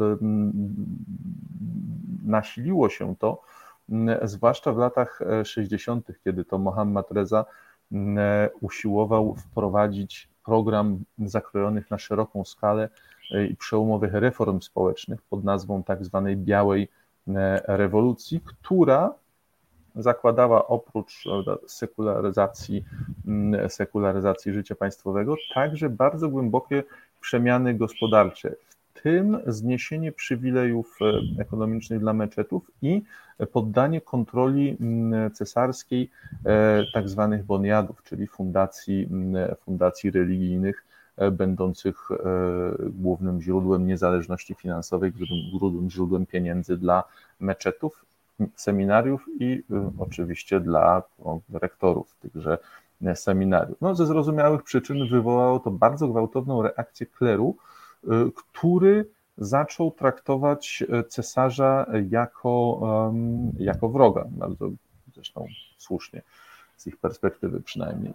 Nasiliło się to, zwłaszcza w latach sześćdziesiątych, kiedy to Mohammad Reza usiłował wprowadzić program zakrojonych na szeroką skalę i przełomowych reform społecznych pod nazwą tak zwanej Białej Rewolucji, która zakładała oprócz sekularyzacji, sekularyzacji życia państwowego także bardzo głębokie przemiany gospodarcze, w tym zniesienie przywilejów ekonomicznych dla meczetów i poddanie kontroli cesarskiej tak zwanych boniadów, czyli fundacji, fundacji religijnych będących głównym źródłem niezależności finansowej, głównym źródłem pieniędzy dla meczetów, seminariów i oczywiście dla no, rektorów tychże seminariów. No, ze zrozumiałych przyczyn wywołało to bardzo gwałtowną reakcję kleru, który zaczął traktować cesarza jako, jako wroga, bardzo zresztą słusznie, z ich perspektywy przynajmniej.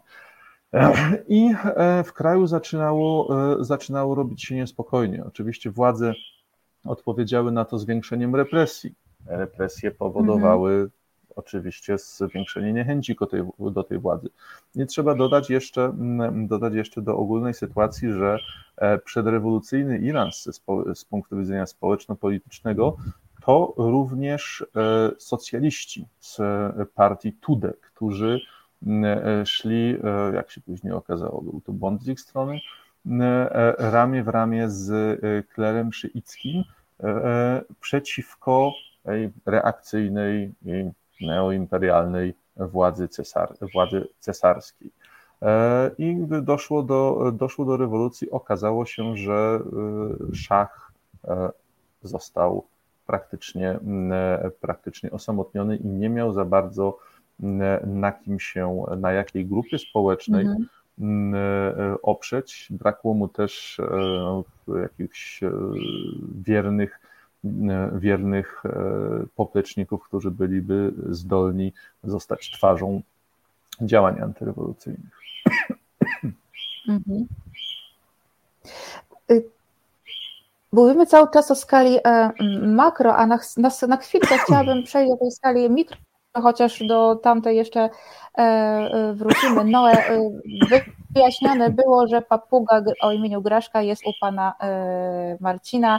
I w kraju zaczynało, zaczynało robić się niespokojnie. Oczywiście władze odpowiedziały na to zwiększeniem represji. Represje powodowały mhm. oczywiście zwiększenie niechęci do tej, do tej władzy. I trzeba dodać jeszcze, dodać jeszcze do ogólnej sytuacji, że przedrewolucyjny Iran z, z punktu widzenia społeczno-politycznego to również socjaliści z partii Tude, którzy szli, jak się później okazało, był to błąd z ich strony, ramię w ramię z klerem szyickim przeciwko reakcyjnej i neoimperialnej władzy, cesar, władzy cesarskiej. I gdy doszło do, doszło do rewolucji, okazało się, że szach został praktycznie, praktycznie osamotniony i nie miał za bardzo na kim się, na jakiej grupie społecznej mhm. oprzeć. Brakło mu też jakichś wiernych, wiernych popleczników, którzy byliby zdolni zostać twarzą działań antyrewolucyjnych. Mhm. Mówimy cały czas o skali makro, a na, na, na chwilkę chciałabym przejść do tej skali mikro, chociaż do tamtej jeszcze wrócimy. Noe, wy wyjaśnione było, że papuga o imieniu Graszka jest u pana Marcina.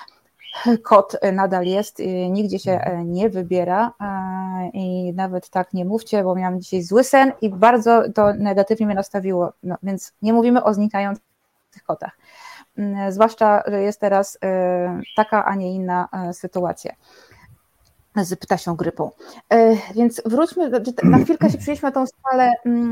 Kot nadal jest, nigdzie się nie wybiera i nawet tak nie mówcie, bo miałam dzisiaj zły sen i bardzo to negatywnie mnie nastawiło, no, więc nie mówimy o znikających kotach. Zwłaszcza, że jest teraz taka, a nie inna sytuacja z ptasią grypą. Więc wróćmy, na chwilkę się przyjęliśmy na tą skalę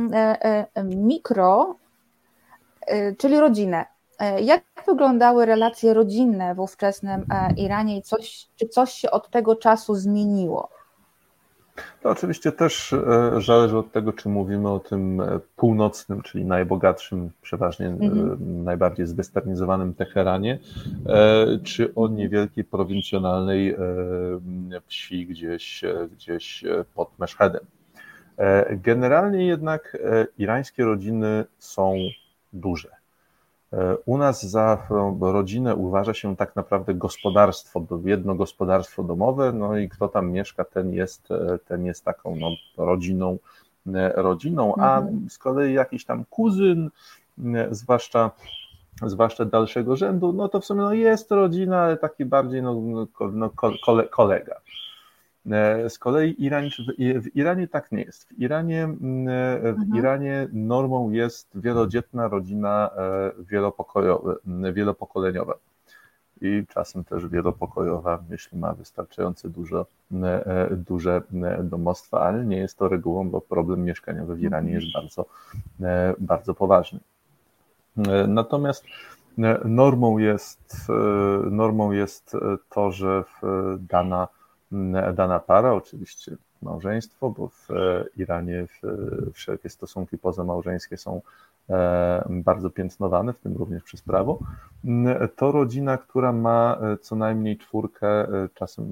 mikro, czyli rodzinę. Jak wyglądały relacje rodzinne w ówczesnym Iranie i coś, czy coś się od tego czasu zmieniło? To oczywiście też zależy od tego, czy mówimy o tym północnym, czyli najbogatszym, przeważnie mm-hmm. najbardziej zwesternizowanym Teheranie, czy o niewielkiej prowincjonalnej wsi gdzieś, gdzieś pod Meszhedem. Generalnie jednak irańskie rodziny są duże. U nas za rodzinę uważa się tak naprawdę gospodarstwo, jedno gospodarstwo domowe, no i kto tam mieszka, ten jest, ten jest taką no, rodziną, rodziną, a z kolei jakiś tam kuzyn, zwłaszcza, zwłaszcza dalszego rzędu, no to w sumie no, jest rodzina, ale taki bardziej no, no, kole, kolega. Z kolei Iran, w Iranie tak nie jest. W Iranie, w Iranie normą jest wielodzietna rodzina wielopokoleniowa i czasem też wielopokojowa, jeśli ma wystarczająco dużo, duże domostwa, ale nie jest to regułą, bo problem mieszkaniowy w Iranie jest bardzo, bardzo poważny. Natomiast normą jest, normą jest to, że dana Dana para, oczywiście małżeństwo, bo w Iranie wszelkie stosunki pozamałżeńskie są bardzo piętnowane, w tym również przez prawo. To rodzina, która ma co najmniej czwórkę, czasem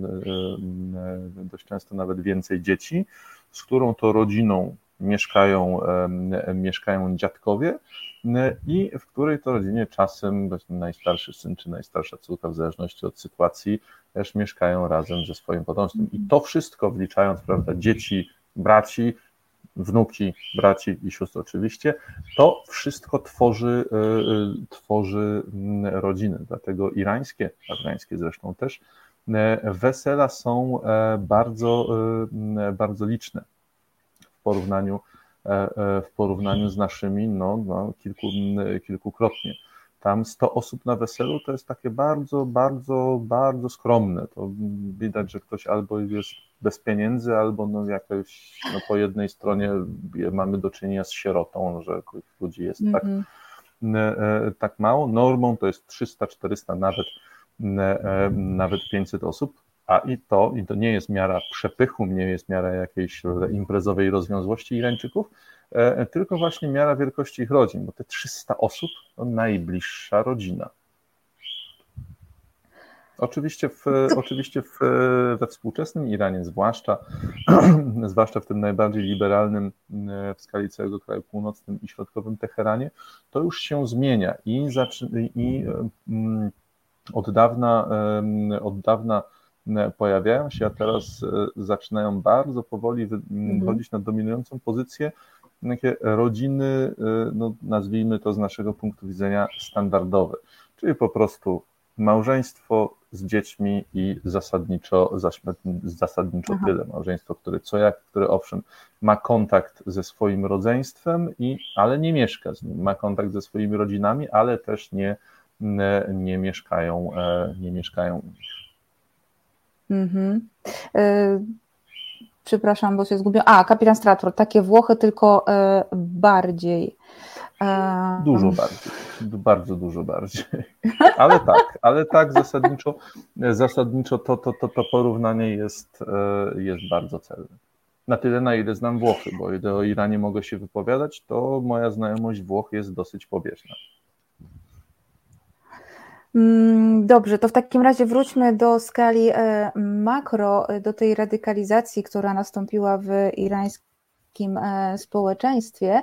dość często nawet więcej dzieci, z którą to rodziną mieszkają, mieszkają dziadkowie i w której to rodzinie czasem najstarszy syn czy najstarsza córka, w zależności od sytuacji, też mieszkają razem ze swoim potomstwem. I to wszystko wliczając, prawda, dzieci, braci, wnuki, braci i sióstr oczywiście, to wszystko tworzy, tworzy rodziny. Dlatego irańskie, afgańskie zresztą też, wesela są bardzo, bardzo liczne w porównaniu, w porównaniu z naszymi, no, no kilku, kilkukrotnie. Tam sto osób na weselu to jest takie bardzo, bardzo, bardzo skromne. To widać, że ktoś albo jest bez pieniędzy, albo no jakoś no po jednej stronie mamy do czynienia z sierotą, że tych ludzi jest tak, mm-hmm. tak mało. Normą to jest trzysta, czterysta, nawet, nawet pięćset osób. A i to, i to nie jest miara przepychu, nie jest miara jakiejś imprezowej rozwiązłości Irańczyków, tylko właśnie miara wielkości ich rodzin, bo te trzysta osób to najbliższa rodzina. Oczywiście, w, oczywiście w, we współczesnym Iranie, zwłaszcza, zwłaszcza w tym najbardziej liberalnym w skali całego kraju północnym i środkowym Teheranie, to już się zmienia i, zaczy, i od dawna, od dawna pojawiają się, a teraz zaczynają bardzo powoli wychodzić na dominującą pozycję takie rodziny, no nazwijmy to z naszego punktu widzenia standardowe, czyli po prostu małżeństwo z dziećmi i zasadniczo, zasadniczo tyle. Małżeństwo, które co jak, które owszem ma kontakt ze swoim rodzeństwem, i, ale nie mieszka z nim, ma kontakt ze swoimi rodzinami, ale też nie, nie mieszkają, nie mieszkają u nich. Mhm. Y- Przepraszam, bo się zgubiłam. A, Kapitan Strator, takie Włochy, tylko e, bardziej. E... Dużo bardziej, bardzo dużo bardziej. Ale tak, ale tak zasadniczo, zasadniczo to, to, to, to porównanie jest, jest bardzo celne. Na tyle, na ile znam Włochy, bo ile o Iranie mogę się wypowiadać, to moja znajomość Włoch jest dosyć powierzchna. Dobrze, to w takim razie wróćmy do skali makro, do tej radykalizacji, która nastąpiła w irańskim społeczeństwie.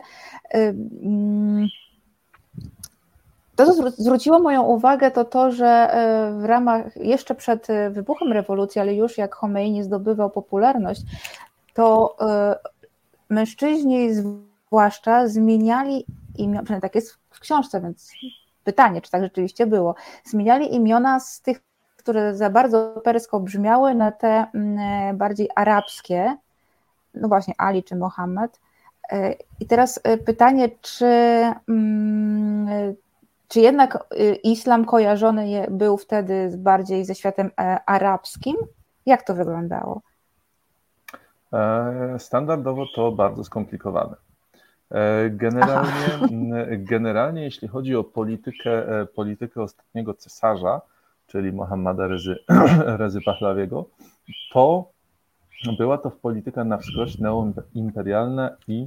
To, co zwróciło moją uwagę, to to, że w ramach, jeszcze przed wybuchem rewolucji, ale już jak Chomeini zdobywał popularność, to mężczyźni zwłaszcza zmieniali imiona, przynajmniej tak jest w książce, więc pytanie, czy tak rzeczywiście było, zmieniali imiona z tych, które za bardzo persko brzmiały, na te bardziej arabskie, no właśnie Ali czy Mohammed. I teraz pytanie, czy, czy jednak islam kojarzony był wtedy bardziej ze światem arabskim? Jak to wyglądało? Standardowo to bardzo skomplikowane. Generalnie, generalnie jeśli chodzi o politykę, politykę ostatniego cesarza, czyli Mohammada Rezy, Rezy Pahlawiego, to była to polityka na wskroś neoimperialna i,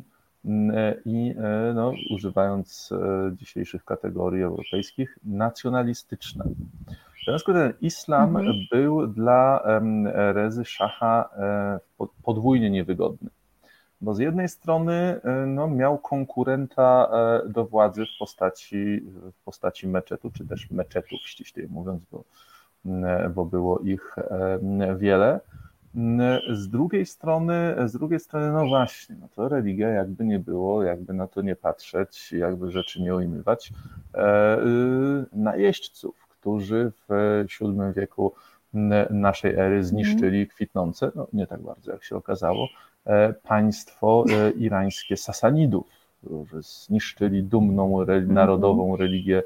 i no, używając dzisiejszych kategorii europejskich, nacjonalistyczna. W związku z tym islam mhm. był dla Rezy Szacha podwójnie niewygodny, bo z jednej strony no, miał konkurenta do władzy w postaci, w postaci meczetu, czy też meczetów, ściślej mówiąc, bo, bo było ich wiele. Z drugiej strony, z drugiej strony, no właśnie, no to religia jakby nie było, jakby na to nie patrzeć, jakby rzeczy nie ujmować, najeźdźców, którzy w siódmym wieku naszej ery zniszczyli kwitnące, no nie tak bardzo jak się okazało, państwo irańskie Sasanidów, którzy zniszczyli dumną narodową religię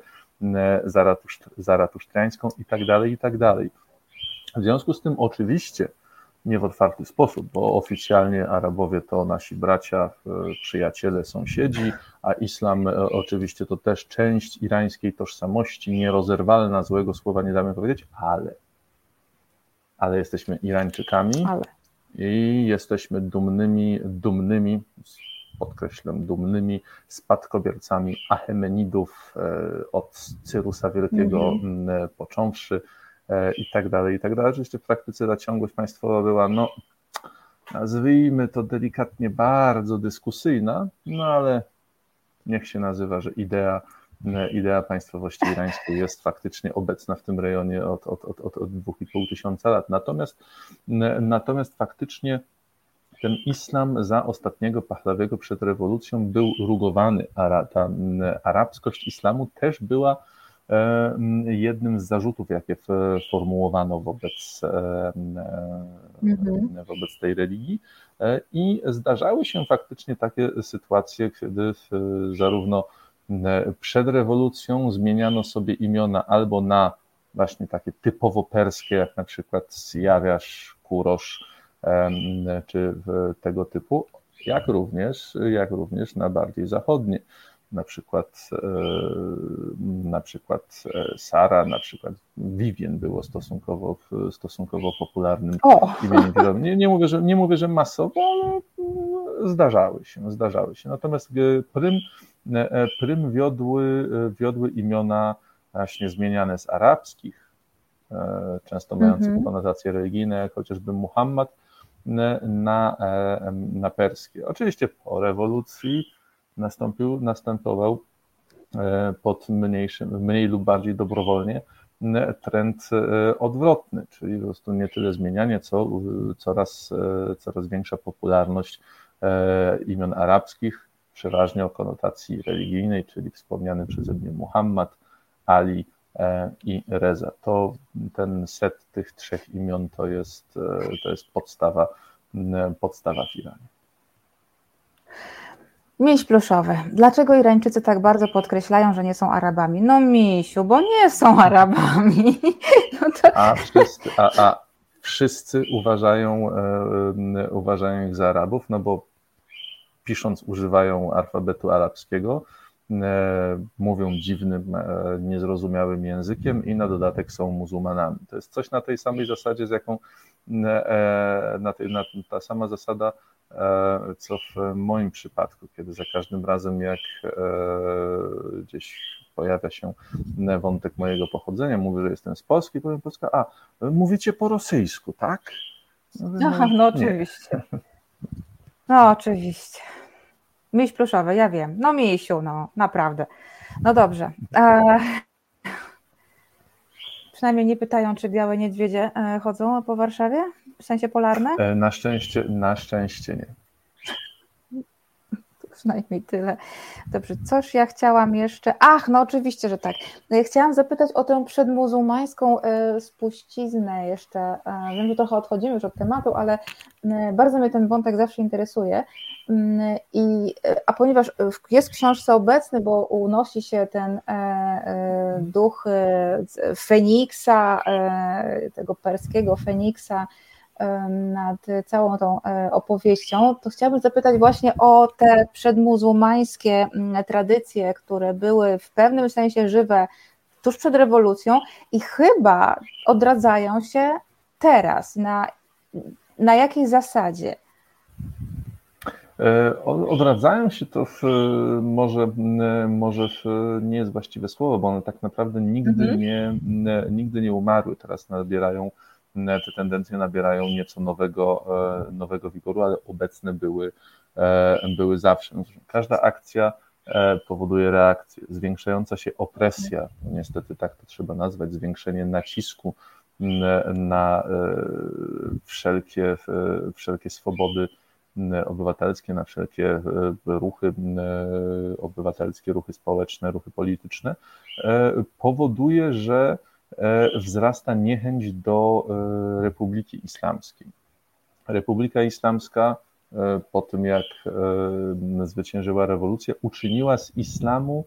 zaratusztriańską i tak dalej, i tak dalej. W związku z tym oczywiście nie w otwarty sposób, bo oficjalnie Arabowie to nasi bracia, przyjaciele, sąsiedzi, a islam oczywiście to też część irańskiej tożsamości, nierozerwalna, złego słowa nie damy powiedzieć, ale, ale jesteśmy Irańczykami ale. i jesteśmy dumnymi, dumnymi, podkreślam, dumnymi spadkobiercami Achemenidów od Cyrusa Wielkiego mm. począwszy, i tak dalej, i tak dalej. Oczywiście w praktyce ta ciągłość państwowa była, no nazwijmy to delikatnie, bardzo dyskusyjna, no ale niech się nazywa, że idea, idea państwowości irańskiej jest faktycznie obecna w tym rejonie od, od, od, od, od dwóch i pół tysiąca lat. Natomiast, natomiast faktycznie ten islam za ostatniego Pahlawiego przed rewolucją był rugowany, a ta arabskość islamu też była jednym z zarzutów, jakie formułowano wobec, mhm. wobec tej religii i zdarzały się faktycznie takie sytuacje, kiedy zarówno przed rewolucją zmieniano sobie imiona albo na właśnie takie typowo perskie, jak na przykład Sijawiasz, Kurosz czy tego typu, jak również, jak również na bardziej zachodnie. Na przykład, na przykład Sara, na przykład Vivien było stosunkowo, stosunkowo popularnym o. imieniem. Nie, nie, mówię, że, nie mówię, że masowo, ale zdarzały się, zdarzały się. Natomiast prym, prym wiodły, wiodły imiona właśnie zmieniane z arabskich, często mające mm-hmm. konotacje religijne, jak chociażby Muhammad, na, na perskie. Oczywiście po rewolucji Nastąpił, następował pod mniejszym, mniej lub bardziej dobrowolnie trend odwrotny, czyli po prostu nie tyle zmienianie, co coraz, coraz większa popularność imion arabskich, przeważnie o konotacji religijnej, czyli wspomniany przeze mnie Muhammad, Ali i Reza. To ten set tych trzech imion to jest, to jest podstawa, podstawa w Iranie. Miś pluszowy. Dlaczego Irańczycy tak bardzo podkreślają, że nie są Arabami? No misiu, bo nie są Arabami. No to... a, wszyscy, a, a wszyscy uważają, e, uważają ich za Arabów, no bo pisząc używają alfabetu arabskiego, e, mówią dziwnym, e, niezrozumiałym językiem i na dodatek są muzułmanami. To jest coś na tej samej zasadzie, z jaką e, na tej, na, ta sama zasada, co w moim przypadku, kiedy za każdym razem jak gdzieś pojawia się wątek mojego pochodzenia, mówię, że jestem z Polski, powiem Polska, a mówicie po rosyjsku, tak? Mówię, Aha, no, no oczywiście. No oczywiście. Miś pluszowy, ja wiem. No misiu, no naprawdę. No dobrze. E... Przynajmniej nie pytają, czy białe niedźwiedzie chodzą po Warszawie? W sensie polarne? Na szczęście, na szczęście nie. przynajmniej tyle. Dobrze, coś ja chciałam jeszcze... Ach, no oczywiście, że tak. Chciałam zapytać o tę przedmuzułmańską spuściznę jeszcze. Wiem, że trochę odchodzimy już od tematu, ale bardzo mnie ten wątek zawsze interesuje. I, a ponieważ jest w książce obecny, bo unosi się ten duch Feniksa, tego perskiego Feniksa nad całą tą opowieścią, to chciałabym zapytać właśnie o te przedmuzułmańskie tradycje, które były w pewnym sensie żywe tuż przed rewolucją i chyba odradzają się teraz. Na, na jakiej zasadzie? Odradzają się to w, może, może w, nie jest właściwe słowo, bo one tak naprawdę nigdy, mhm. nie, nigdy nie umarły. Teraz nabierają, te tendencje nabierają nieco nowego, nowego wigoru, ale obecne były, były zawsze. Każda akcja powoduje reakcję. Zwiększająca się opresja, niestety tak to trzeba nazwać, zwiększenie nacisku na wszelkie, wszelkie swobody obywatelskie, na wszelkie ruchy obywatelskie, ruchy społeczne, ruchy polityczne, powoduje, że wzrasta niechęć do Republiki Islamskiej. Republika Islamska po tym, jak zwyciężyła rewolucja, uczyniła z islamu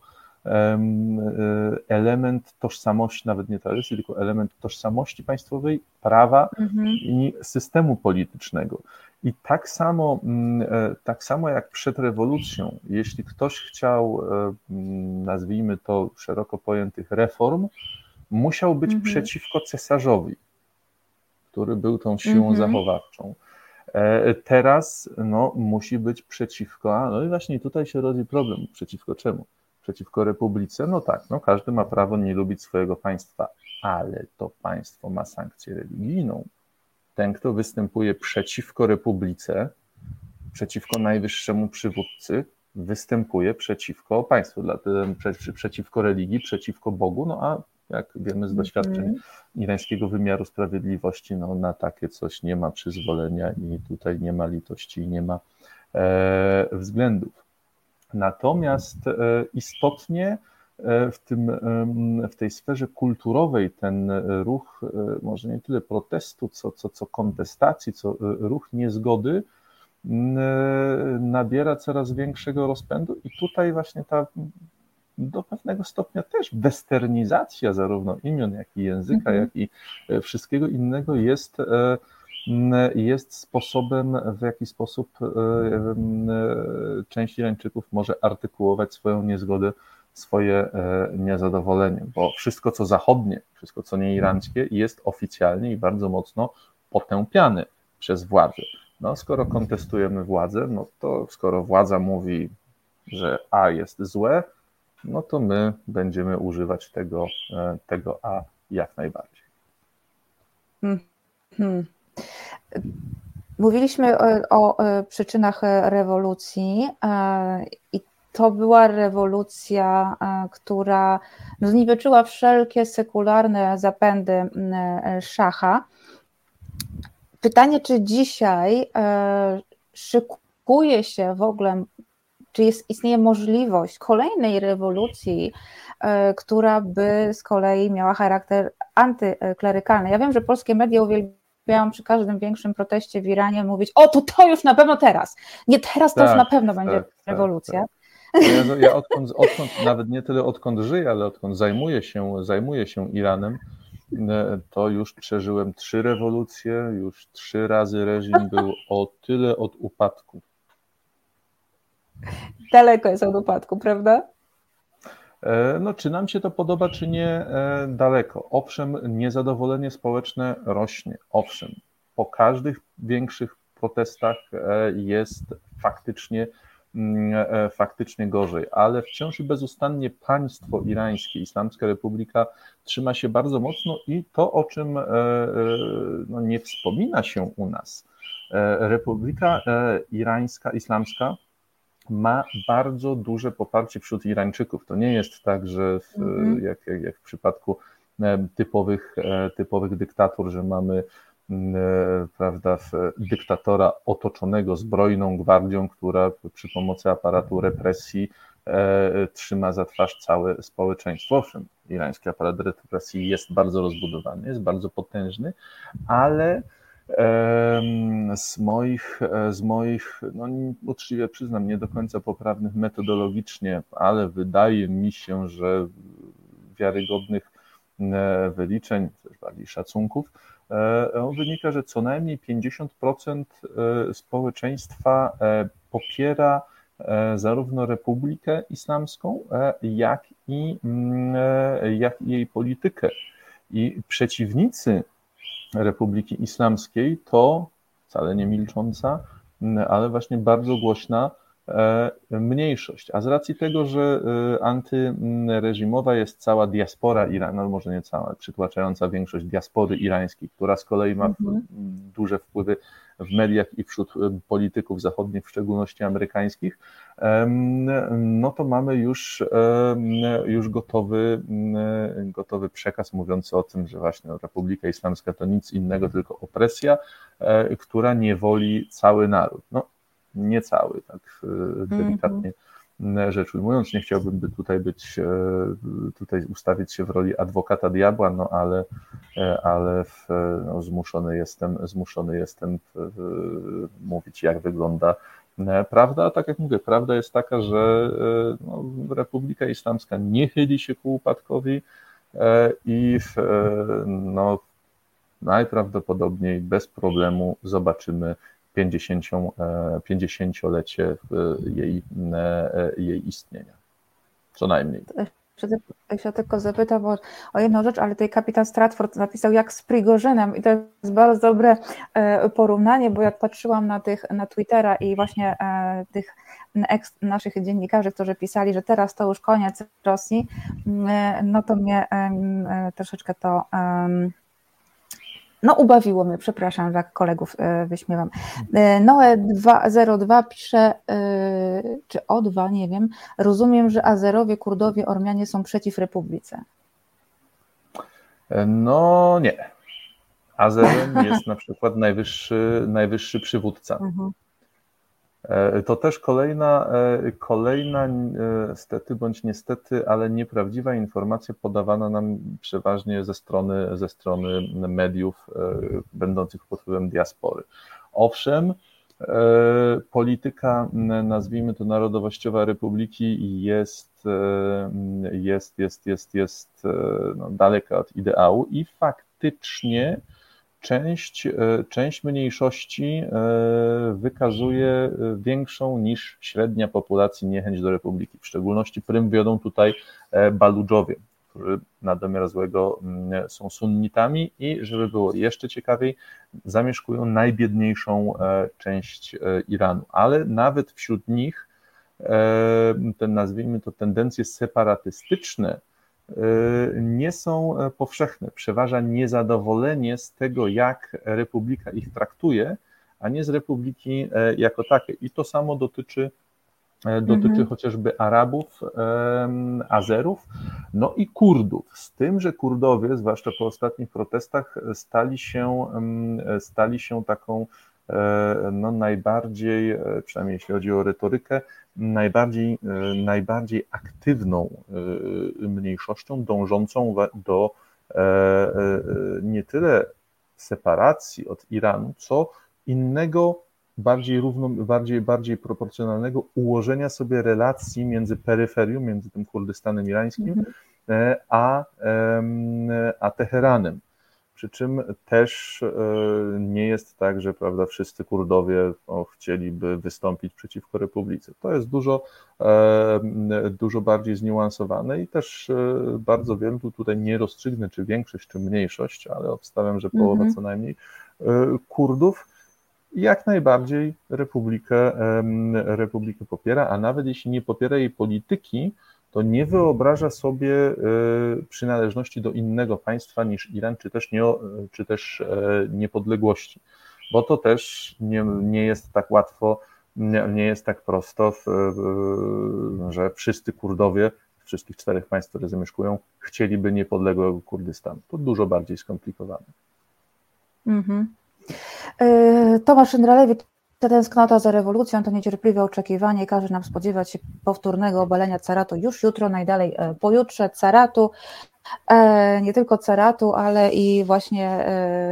element tożsamości, nawet nie tradycji, tylko element tożsamości państwowej, prawa mhm. i systemu politycznego. I tak samo, tak samo jak przed rewolucją, jeśli ktoś chciał, nazwijmy to szeroko pojętych reform, musiał być mhm. przeciwko cesarzowi, który był tą siłą mhm. zachowawczą. Teraz no, musi być przeciwko, a no i właśnie tutaj się rodzi problem, przeciwko czemu? Przeciwko republice? No tak, no każdy ma prawo nie lubić swojego państwa, ale to państwo ma sankcję religijną. Ten, kto występuje przeciwko republice, przeciwko najwyższemu przywódcy, występuje przeciwko państwu, przeciwko religii, przeciwko Bogu, no a jak wiemy z doświadczeń mm. irańskiego wymiaru sprawiedliwości, no na takie coś nie ma przyzwolenia i tutaj nie ma litości i nie ma e, względów. Natomiast e, istotnie w, tym, w tej sferze kulturowej ten ruch, może nie tyle protestu, co, co, co kontestacji, co ruch niezgody nabiera coraz większego rozpędu i tutaj właśnie ta do pewnego stopnia też westernizacja zarówno imion, jak i języka, mhm. jak i wszystkiego innego jest, jest sposobem, w jaki sposób część Irańczyków może artykułować swoją niezgodę, swoje niezadowolenie, bo wszystko co zachodnie, wszystko co nie irańskie jest oficjalnie i bardzo mocno potępiane przez władzę. No skoro kontestujemy władzę, no to skoro władza mówi, że A jest złe, no to my będziemy używać tego, tego A jak najbardziej. Hmm. Mówiliśmy o, o przyczynach rewolucji i to była rewolucja, która zniweczyła wszelkie sekularne zapędy szacha. Pytanie, czy dzisiaj szykuje się w ogóle, czy jest, istnieje możliwość kolejnej rewolucji, która by z kolei miała charakter antyklerykalny. Ja wiem, że polskie media uwielbiają przy każdym większym proteście w Iranie mówić, o to to już na pewno teraz, nie teraz, to tak, już na pewno tak, będzie rewolucja. Tak, tak. Ja, ja odkąd, odkąd, nawet nie tyle odkąd żyję, ale odkąd zajmuję się, zajmuję się Iranem, to już przeżyłem trzy rewolucje, już trzy razy reżim był o tyle od upadku. Daleko jest od upadku, prawda? No, czy nam się to podoba, czy nie, daleko. Owszem, niezadowolenie społeczne rośnie. Owszem, po każdych większych protestach jest faktycznie faktycznie gorzej, ale wciąż i bezustannie państwo irańskie, Islamska Republika trzyma się bardzo mocno i to, o czym no, nie wspomina się u nas, Republika Irańska, Islamska ma bardzo duże poparcie wśród Irańczyków. To nie jest tak, że w, mm-hmm. jak, jak, jak w przypadku typowych, typowych dyktatur, że mamy prawda, dyktatora otoczonego zbrojną gwardią, która przy pomocy aparatu represji trzyma za twarz całe społeczeństwo. Owszem, irański aparat represji jest bardzo rozbudowany, jest bardzo potężny, ale z moich, z moich, no uczciwie przyznam, nie do końca poprawnych metodologicznie, ale wydaje mi się, że wiarygodnych wyliczeń, też bardziej szacunków, wynika, że co najmniej pięćdziesiąt procent społeczeństwa popiera zarówno Republikę Islamską, jak i, jak i jej politykę. I przeciwnicy Republiki Islamskiej to wcale nie milcząca, ale właśnie bardzo głośna mniejszość. A z racji tego, że antyreżimowa jest cała diaspora Iranu, no może nie cała, przytłaczająca większość diaspory irańskiej, która z kolei ma mhm. duże wpływy w mediach i wśród polityków zachodnich, w szczególności amerykańskich, no to mamy już, już gotowy, gotowy przekaz mówiący o tym, że właśnie Republika Islamska to nic innego, tylko opresja, która niewoli cały naród. No, nie cały, tak delikatnie mm-hmm. rzecz ujmując. Nie chciałbym by tutaj być, tutaj ustawić się w roli adwokata diabła, no ale, ale w, no, zmuszony jestem, zmuszony jestem w, w, mówić, jak wygląda prawda. A tak jak mówię, prawda jest taka, że no, Republika Islamska nie chyli się ku upadkowi i w, no, najprawdopodobniej bez problemu zobaczymy pięćdziesięciolecie jej, jej istnienia. Co najmniej. Ja się tylko zapytam o, o jedną rzecz, ale tutaj kapitan Stratford napisał jak z Prigorzynem i to jest bardzo dobre porównanie, bo jak patrzyłam na tych na Twittera i właśnie tych ex, naszych dziennikarzy, którzy pisali, że teraz to już koniec Rosji, no to mnie troszeczkę to no ubawiło mnie, przepraszam, że jak kolegów wyśmiewam. Noe dwa zero dwa pisze, czy O dwa, nie wiem, rozumiem, że Azerowie, Kurdowie, Ormianie są przeciw Republice. No nie. Azerem jest na przykład najwyższy, najwyższy przywódca. Mhm. To też kolejna, kolejna stety bądź niestety, ale nieprawdziwa informacja podawana nam przeważnie ze strony, ze strony mediów będących pod wpływem diaspory. Owszem, polityka, nazwijmy to narodowościowa Republiki jest, jest, jest, jest, jest no, daleka od ideału i faktycznie Część, część mniejszości wykazuje większą niż średnia populacji niechęć do Republiki. W szczególności prym wiodą tutaj Baludżowie, którzy na domiar złego są sunnitami i, żeby było jeszcze ciekawiej, zamieszkują najbiedniejszą część Iranu. Ale nawet wśród nich, ten, nazwijmy to, tendencje separatystyczne nie są powszechne. Przeważa niezadowolenie z tego, jak Republika ich traktuje, a nie z Republiki jako takiej. I to samo dotyczy, dotyczy mhm. chociażby Arabów, Azerów, no i Kurdów. Z tym, że Kurdowie, zwłaszcza po ostatnich protestach, stali się, stali się taką no najbardziej, przynajmniej jeśli chodzi o retorykę, najbardziej, najbardziej aktywną mniejszością dążącą do nie tyle separacji od Iranu, co innego, bardziej równo, bardziej, bardziej proporcjonalnego ułożenia sobie relacji między peryferium, między tym Kurdystanem irańskim, mm-hmm. a, a Teheranem. Przy czym też nie jest tak, że, prawda, wszyscy Kurdowie o, chcieliby wystąpić przeciwko Republice. To jest dużo, dużo bardziej zniuansowane i też bardzo wielu tutaj nie rozstrzygnę, czy większość, czy mniejszość, ale obstawiam, że połowa mm-hmm. co najmniej Kurdów jak najbardziej Republikę, Republikę popiera, a nawet jeśli nie popiera jej polityki, to nie wyobraża sobie przynależności do innego państwa niż Iran, czy też, nie, czy też niepodległości, bo to też nie, nie jest tak łatwo, nie, nie jest tak prosto, że wszyscy Kurdowie, wszystkich czterech państw, które zamieszkują, chcieliby niepodległego Kurdystanu. To dużo bardziej skomplikowane. Mhm. Tomasz Szyndralewicz: ta tęsknota za rewolucją to niecierpliwe oczekiwanie, każe nam spodziewać się powtórnego obalenia caratu już jutro, najdalej pojutrze. Caratu, nie tylko caratu, ale i właśnie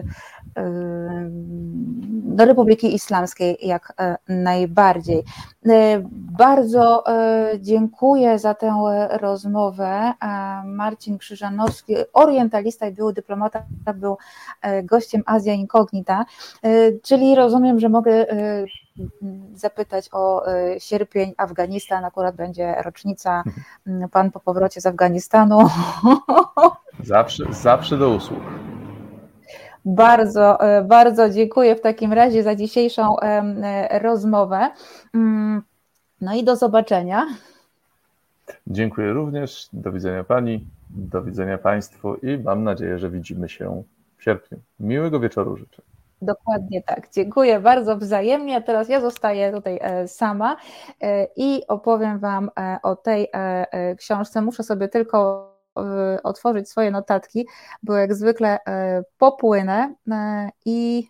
do Republiki Islamskiej jak najbardziej. Bardzo dziękuję za tę rozmowę. Marcin Krzyżanowski, orientalista i były dyplomata, był gościem Azja Incognita, czyli rozumiem, że mogę zapytać o sierpień, Afganistan, akurat będzie rocznica, pan po powrocie z Afganistanu. Zawsze, zawsze do usług. Bardzo, bardzo dziękuję w takim razie za dzisiejszą rozmowę. No i do zobaczenia. Dziękuję również. Do widzenia pani, do widzenia państwu i mam nadzieję, że widzimy się w sierpniu. Miłego wieczoru życzę. Dokładnie tak. Dziękuję bardzo wzajemnie. Teraz ja zostaję tutaj sama i opowiem wam o tej książce. Muszę sobie tylko otworzyć swoje notatki, bo jak zwykle popłynę i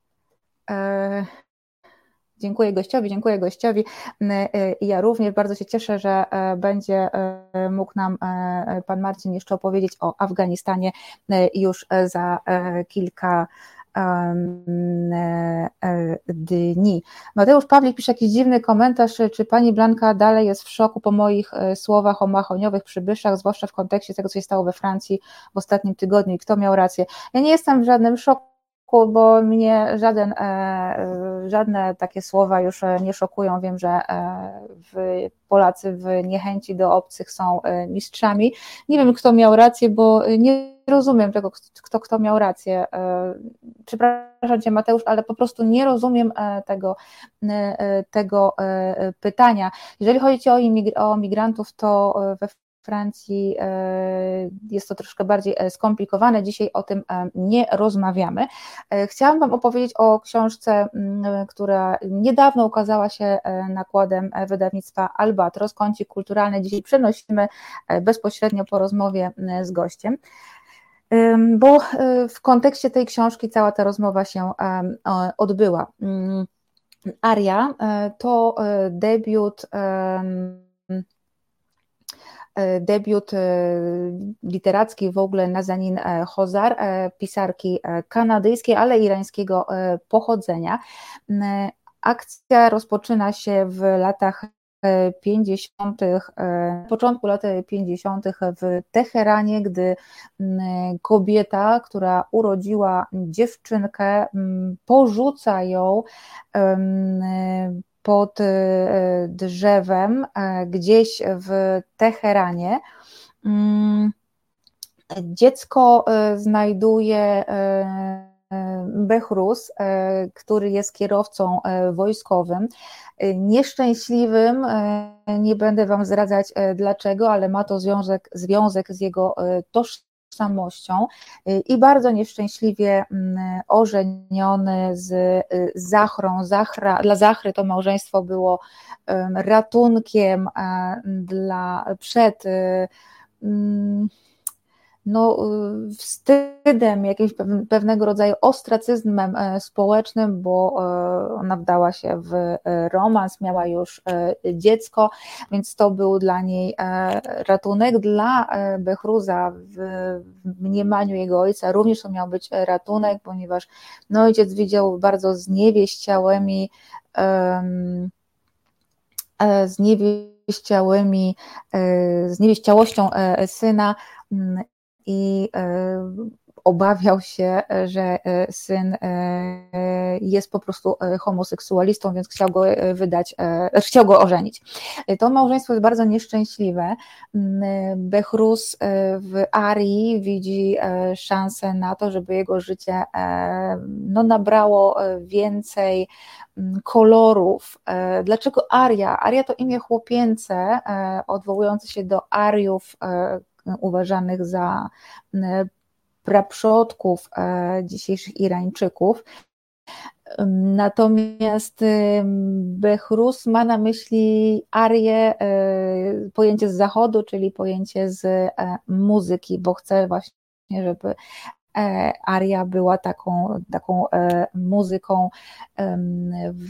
dziękuję gościowi, dziękuję gościowi i ja również bardzo się cieszę, że będzie mógł nam pan Marcin jeszcze opowiedzieć o Afganistanie już za kilka dni. Mateusz Pawlik pisze jakiś dziwny komentarz, czy pani Blanka dalej jest w szoku po moich słowach o mahoniowych przybyszach, zwłaszcza w kontekście tego, co się stało we Francji w ostatnim tygodniu i kto miał rację. Ja nie jestem w żadnym szoku, bo mnie żaden, żadne takie słowa już nie szokują. Wiem, że Polacy w niechęci do obcych są mistrzami. Nie wiem, kto miał rację, bo nie rozumiem tego, kto, kto miał rację. Przepraszam cię, Mateusz, ale po prostu nie rozumiem tego, tego pytania. Jeżeli chodzi o, imigr- o migrantów, to we Francji jest to troszkę bardziej skomplikowane. Dzisiaj o tym nie rozmawiamy. Chciałam wam opowiedzieć o książce, która niedawno ukazała się nakładem wydawnictwa Albatros, Kącik Kulturalny. Dzisiaj przenosimy bezpośrednio po rozmowie z gościem, bo w kontekście tej książki cała ta rozmowa się odbyła. Aria to debiut debiut literacki w ogóle Nazanin Hozar, pisarki kanadyjskiej, ale irańskiego pochodzenia. Akcja rozpoczyna się w latach pięćdziesiątych, na początku lat pięćdziesiątych w Teheranie, gdy kobieta, która urodziła dziewczynkę, porzuca ją pod drzewem gdzieś w Teheranie. Dziecko znajduje Behruz, który jest kierowcą wojskowym, nieszczęśliwym, nie będę wam zdradzać dlaczego, ale ma to związek, związek z jego tożsamością i bardzo nieszczęśliwie ożeniony z Zachrą. Zachra, dla Zachry to małżeństwo było ratunkiem dla, przed no, wstydem, jakimś pewnego rodzaju ostracyzmem społecznym, bo ona wdała się w romans, miała już dziecko, więc to był dla niej ratunek. Dla Behruza w mniemaniu jego ojca również to miał być ratunek, ponieważ no, ojciec widział bardzo zniewieściałymi um, zniewieściałymi, zniewieściałością syna i obawiał się, że syn jest po prostu homoseksualistą, więc chciał go wydać, chciał go ożenić. To małżeństwo jest bardzo nieszczęśliwe. Behruz w Arii widzi szansę na to, żeby jego życie no, nabrało więcej kolorów. Dlaczego Aria? Aria to imię chłopięce, odwołujące się do Ariów, uważanych za praprzodków dzisiejszych Irańczyków. Natomiast Behruz ma na myśli arię, pojęcie z zachodu, czyli pojęcie z muzyki, bo chce właśnie, żeby aria była taką, taką muzyką w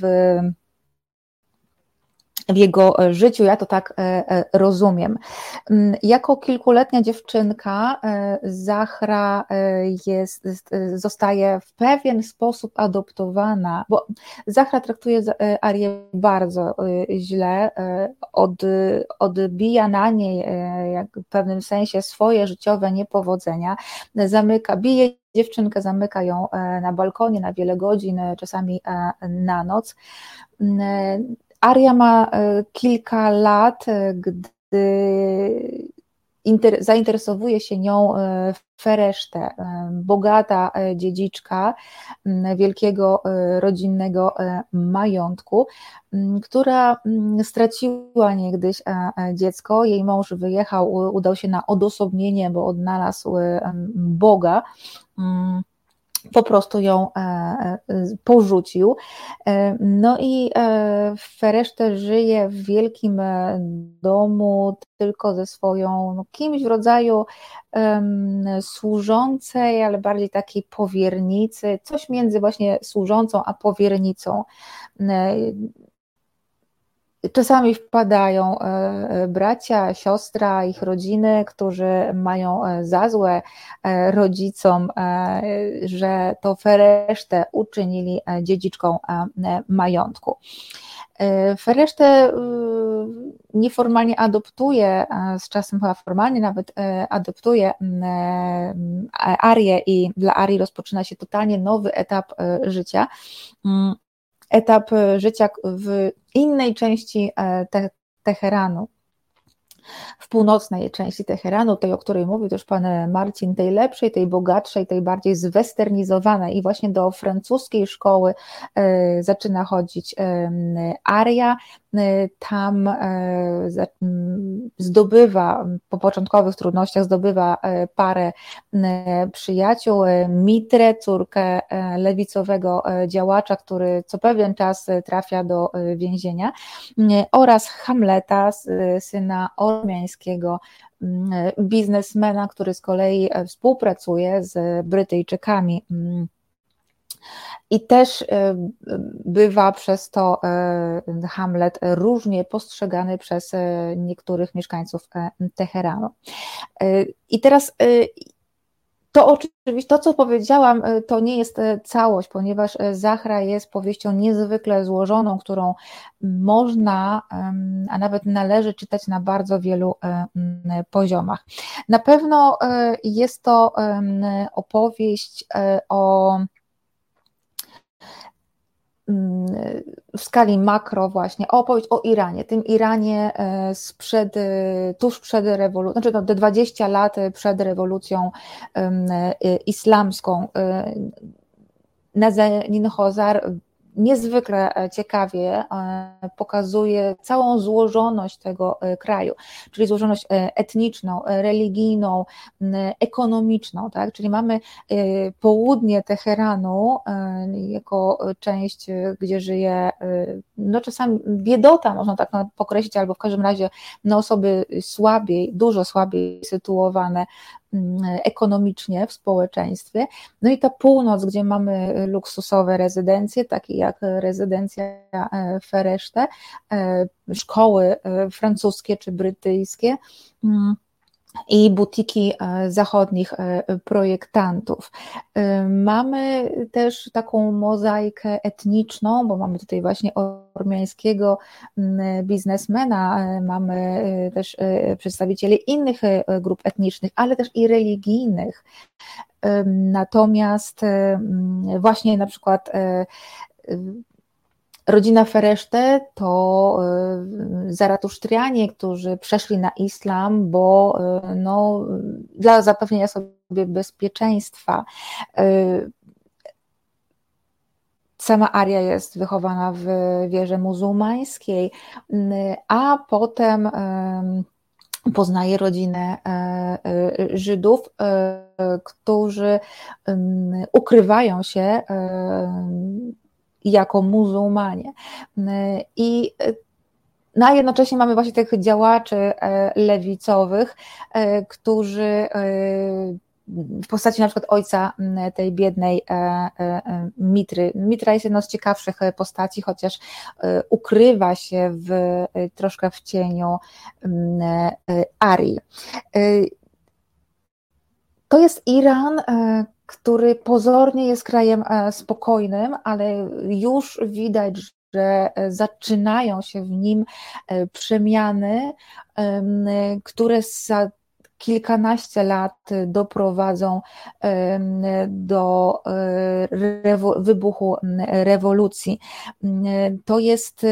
w jego życiu, ja to tak rozumiem. Jako kilkuletnia dziewczynka Zahra jest, zostaje w pewien sposób adoptowana, bo Zahra traktuje Arię bardzo źle, od, odbija na niej jak w pewnym sensie swoje życiowe niepowodzenia, zamyka, bije dziewczynkę, zamyka ją na balkonie na wiele godzin, czasami na noc. Aria ma kilka lat, gdy inter, zainteresowuje się nią Fereszte, bogata dziedziczka wielkiego rodzinnego majątku, która straciła niegdyś dziecko. Jej mąż wyjechał, udał się na odosobnienie, bo odnalazł Boga. Po prostu ją porzucił. No i Fereszte żyje w wielkim domu tylko ze swoją, no, kimś w rodzaju um, służącej, ale bardziej takiej powiernicy, coś między właśnie służącą a powiernicą. Czasami wpadają bracia, siostra, ich rodziny, którzy mają za złe rodzicom, że to Fereszte uczynili dziedziczką majątku. Fereszte nieformalnie adoptuje, z czasem chyba formalnie nawet adoptuje Arię i dla Arii rozpoczyna się totalnie nowy etap życia. Etap życia w innej części Te- Teheranu, w północnej części Teheranu, tej, o której mówił też pan Marcin, tej lepszej, tej bogatszej, tej bardziej zwesternizowanej, i właśnie do francuskiej szkoły zaczyna chodzić Aria. Tam zdobywa, po początkowych trudnościach zdobywa parę przyjaciół, Mitrę, córkę lewicowego działacza, który co pewien czas trafia do więzienia, oraz Hamleta, syna ormiańskiego biznesmena, który z kolei współpracuje z Brytyjczykami. I też bywa przez to Hamlet różnie postrzegany przez niektórych mieszkańców Teheranu. I teraz to oczywiście, to co powiedziałam, to nie jest całość, ponieważ Zahra jest powieścią niezwykle złożoną, którą można, a nawet należy czytać na bardzo wielu poziomach. Na pewno jest to opowieść o w skali makro właśnie, opowieść o Iranie, tym Iranie sprzed, tuż przed rewolucją, znaczy no, te dwadzieścia lat przed rewolucją islamską. Nazanin Hozar niezwykle ciekawie pokazuje całą złożoność tego kraju, czyli złożoność etniczną, religijną, ekonomiczną, tak? Czyli mamy południe Teheranu jako część, gdzie żyje, no czasami biedota, można tak określić, albo w każdym razie no osoby słabiej, dużo słabiej sytuowane ekonomicznie w społeczeństwie. No i ta północ, gdzie mamy luksusowe rezydencje, takie jak rezydencja Fereszte, szkoły francuskie czy brytyjskie i butiki zachodnich projektantów. Mamy też taką mozaikę etniczną, bo mamy tutaj właśnie ormiańskiego biznesmena, mamy też przedstawicieli innych grup etnicznych, ale też i religijnych. Natomiast właśnie na przykład rodzina Fereszte to zaratusztrianie, którzy przeszli na islam, bo no, dla zapewnienia sobie bezpieczeństwa. Sama Aria jest wychowana w wierze muzułmańskiej, a potem poznaje rodzinę Żydów, którzy ukrywają się jako muzułmanie. I no, a jednocześnie mamy właśnie tych działaczy lewicowych, którzy w postaci na przykład ojca tej biednej Mitry. Mitra jest jedną z ciekawszych postaci, chociaż ukrywa się w, troszkę w cieniu Arii. To jest Iran, który pozornie jest krajem spokojnym, ale już widać, że zaczynają się w nim przemiany, które za kilkanaście lat doprowadzą do wybuchu rewolucji. To jest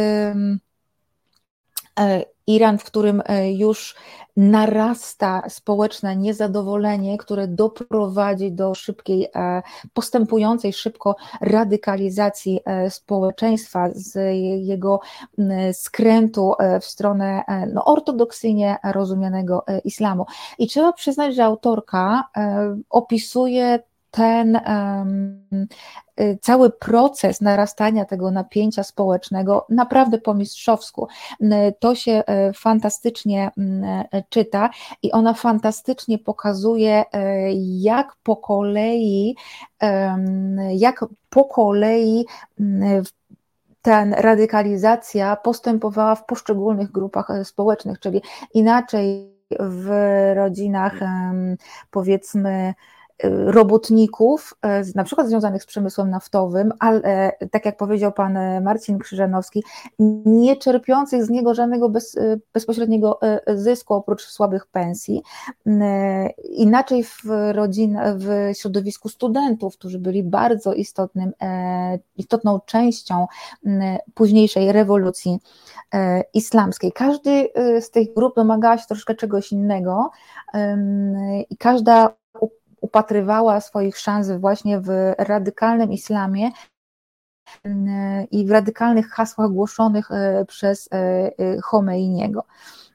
Iran, w którym już narasta społeczne niezadowolenie, które doprowadzi do szybkiej, postępującej szybko radykalizacji społeczeństwa, z jego skrętu w stronę no, ortodoksyjnie rozumianego islamu. I trzeba przyznać, że autorka opisuje ten um, cały proces narastania tego napięcia społecznego naprawdę po mistrzowsku. To się fantastycznie czyta i ona fantastycznie pokazuje, jak po kolei, jak po kolei ta radykalizacja postępowała w poszczególnych grupach społecznych, czyli inaczej w rodzinach, powiedzmy, robotników, na przykład związanych z przemysłem naftowym, ale tak jak powiedział pan Marcin Krzyżanowski, nie czerpiących z niego żadnego bez, bezpośredniego zysku oprócz słabych pensji. Inaczej w rodzin, w środowisku studentów, którzy byli bardzo istotnym, istotną częścią późniejszej rewolucji islamskiej. Każdy z tych grup domagała się troszkę czegoś innego i każda upatrywała swoich szans właśnie w radykalnym islamie i w radykalnych hasłach głoszonych przez Chomeiniego.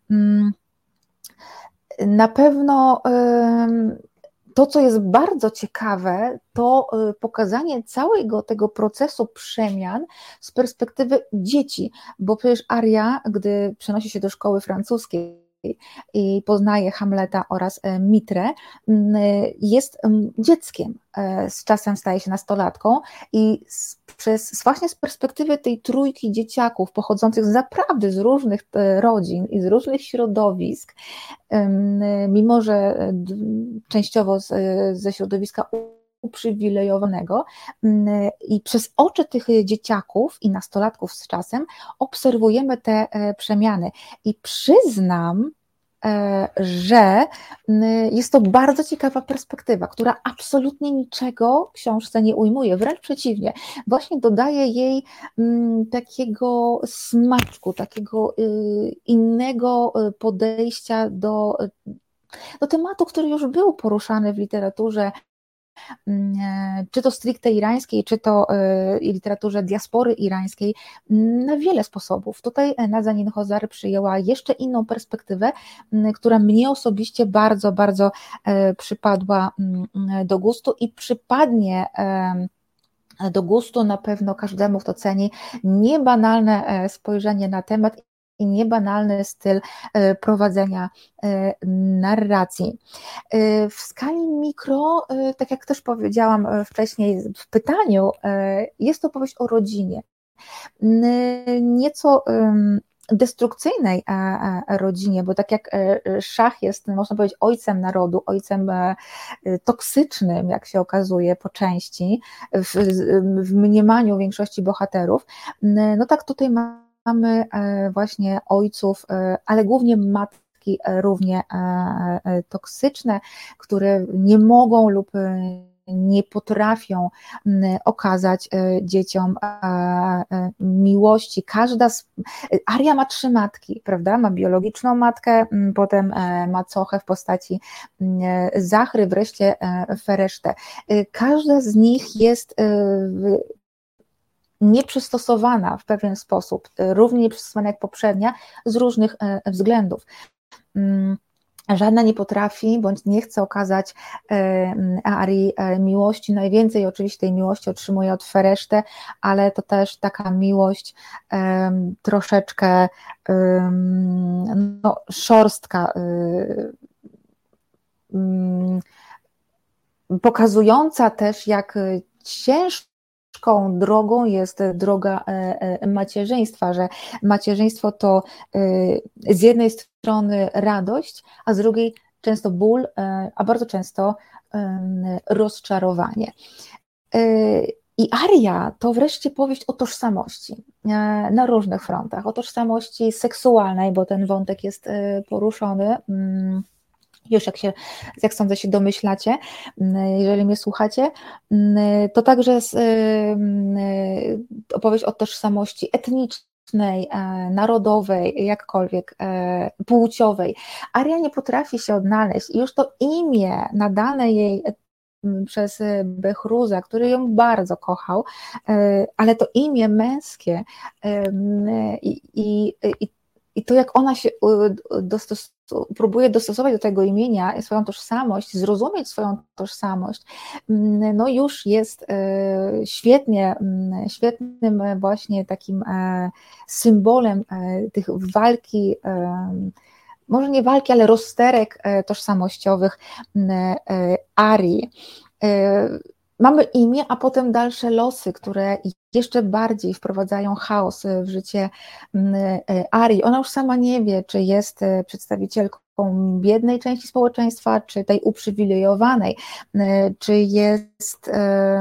Na pewno to, co jest bardzo ciekawe, to pokazanie całego tego procesu przemian z perspektywy dzieci, bo przecież Aria, gdy przenosi się do szkoły francuskiej i poznaje Hamleta oraz Mitrę, jest dzieckiem, z czasem staje się nastolatką i przez, właśnie z perspektywy tej trójki dzieciaków pochodzących naprawdę z różnych rodzin i z różnych środowisk, mimo że częściowo z, ze środowiska uprzywilejowanego, i przez oczy tych dzieciaków i nastolatków z czasem obserwujemy te przemiany i przyznam, że jest to bardzo ciekawa perspektywa, która absolutnie niczego książce nie ujmuje, wręcz przeciwnie, właśnie dodaje jej takiego smaczku, takiego innego podejścia do, do tematu, który już był poruszany w literaturze, czy to stricte irańskiej, czy to literaturze diaspory irańskiej, na wiele sposobów. Tutaj Nazanin Hozar przyjęła jeszcze inną perspektywę, która mnie osobiście bardzo, bardzo przypadła do gustu i przypadnie do gustu na pewno każdemu, kto ceni niebanalne spojrzenie na temat i niebanalny styl prowadzenia narracji. W skali mikro, tak jak też powiedziałam wcześniej w pytaniu, jest to powieść o rodzinie. Nieco destrukcyjnej rodzinie, bo tak jak szach jest, można powiedzieć, ojcem narodu, ojcem toksycznym, jak się okazuje po części, w, w mniemaniu większości bohaterów, no tak tutaj ma Mamy właśnie ojców, ale głównie matki równie toksyczne, które nie mogą lub nie potrafią okazać dzieciom miłości. Każda z... Aria ma trzy matki, prawda? Ma biologiczną matkę, potem macochę w postaci Zachry, wreszcie Feresztę. Każda z nich jest nieprzystosowana w pewien sposób, równie nieprzystosowana jak poprzednia, z różnych względów. Żadna nie potrafi, bądź nie chce okazać Arii miłości. Najwięcej oczywiście tej miłości otrzymuje od Fereszty, ale to też taka miłość um, troszeczkę um, no, szorstka, um, pokazująca też, jak ciężką drogą jest droga macierzyństwa, że macierzyństwo to z jednej strony radość, a z drugiej często ból, a bardzo często rozczarowanie. I Aria to wreszcie powieść o tożsamości na różnych frontach, o tożsamości seksualnej, bo ten wątek jest poruszony, już jak się, jak sądzę, się domyślacie, jeżeli mnie słuchacie, to także opowieść o tożsamości etnicznej, narodowej, jakkolwiek płciowej. Aria nie potrafi się odnaleźć i już to imię nadane jej przez Behruza, który ją bardzo kochał, ale to imię męskie i, i, i, i to, jak ona się dostos, próbuje dostosować do tego imienia swoją tożsamość, zrozumieć swoją tożsamość, no już jest świetnie, świetnym właśnie takim symbolem tych walki, może nie walki, ale rozterek tożsamościowych Arii. Mamy imię, a potem dalsze losy, które jeszcze bardziej wprowadzają chaos w życie Arii. Ona już sama nie wie, czy jest przedstawicielką biednej części społeczeństwa, czy tej uprzywilejowanej, czy jest,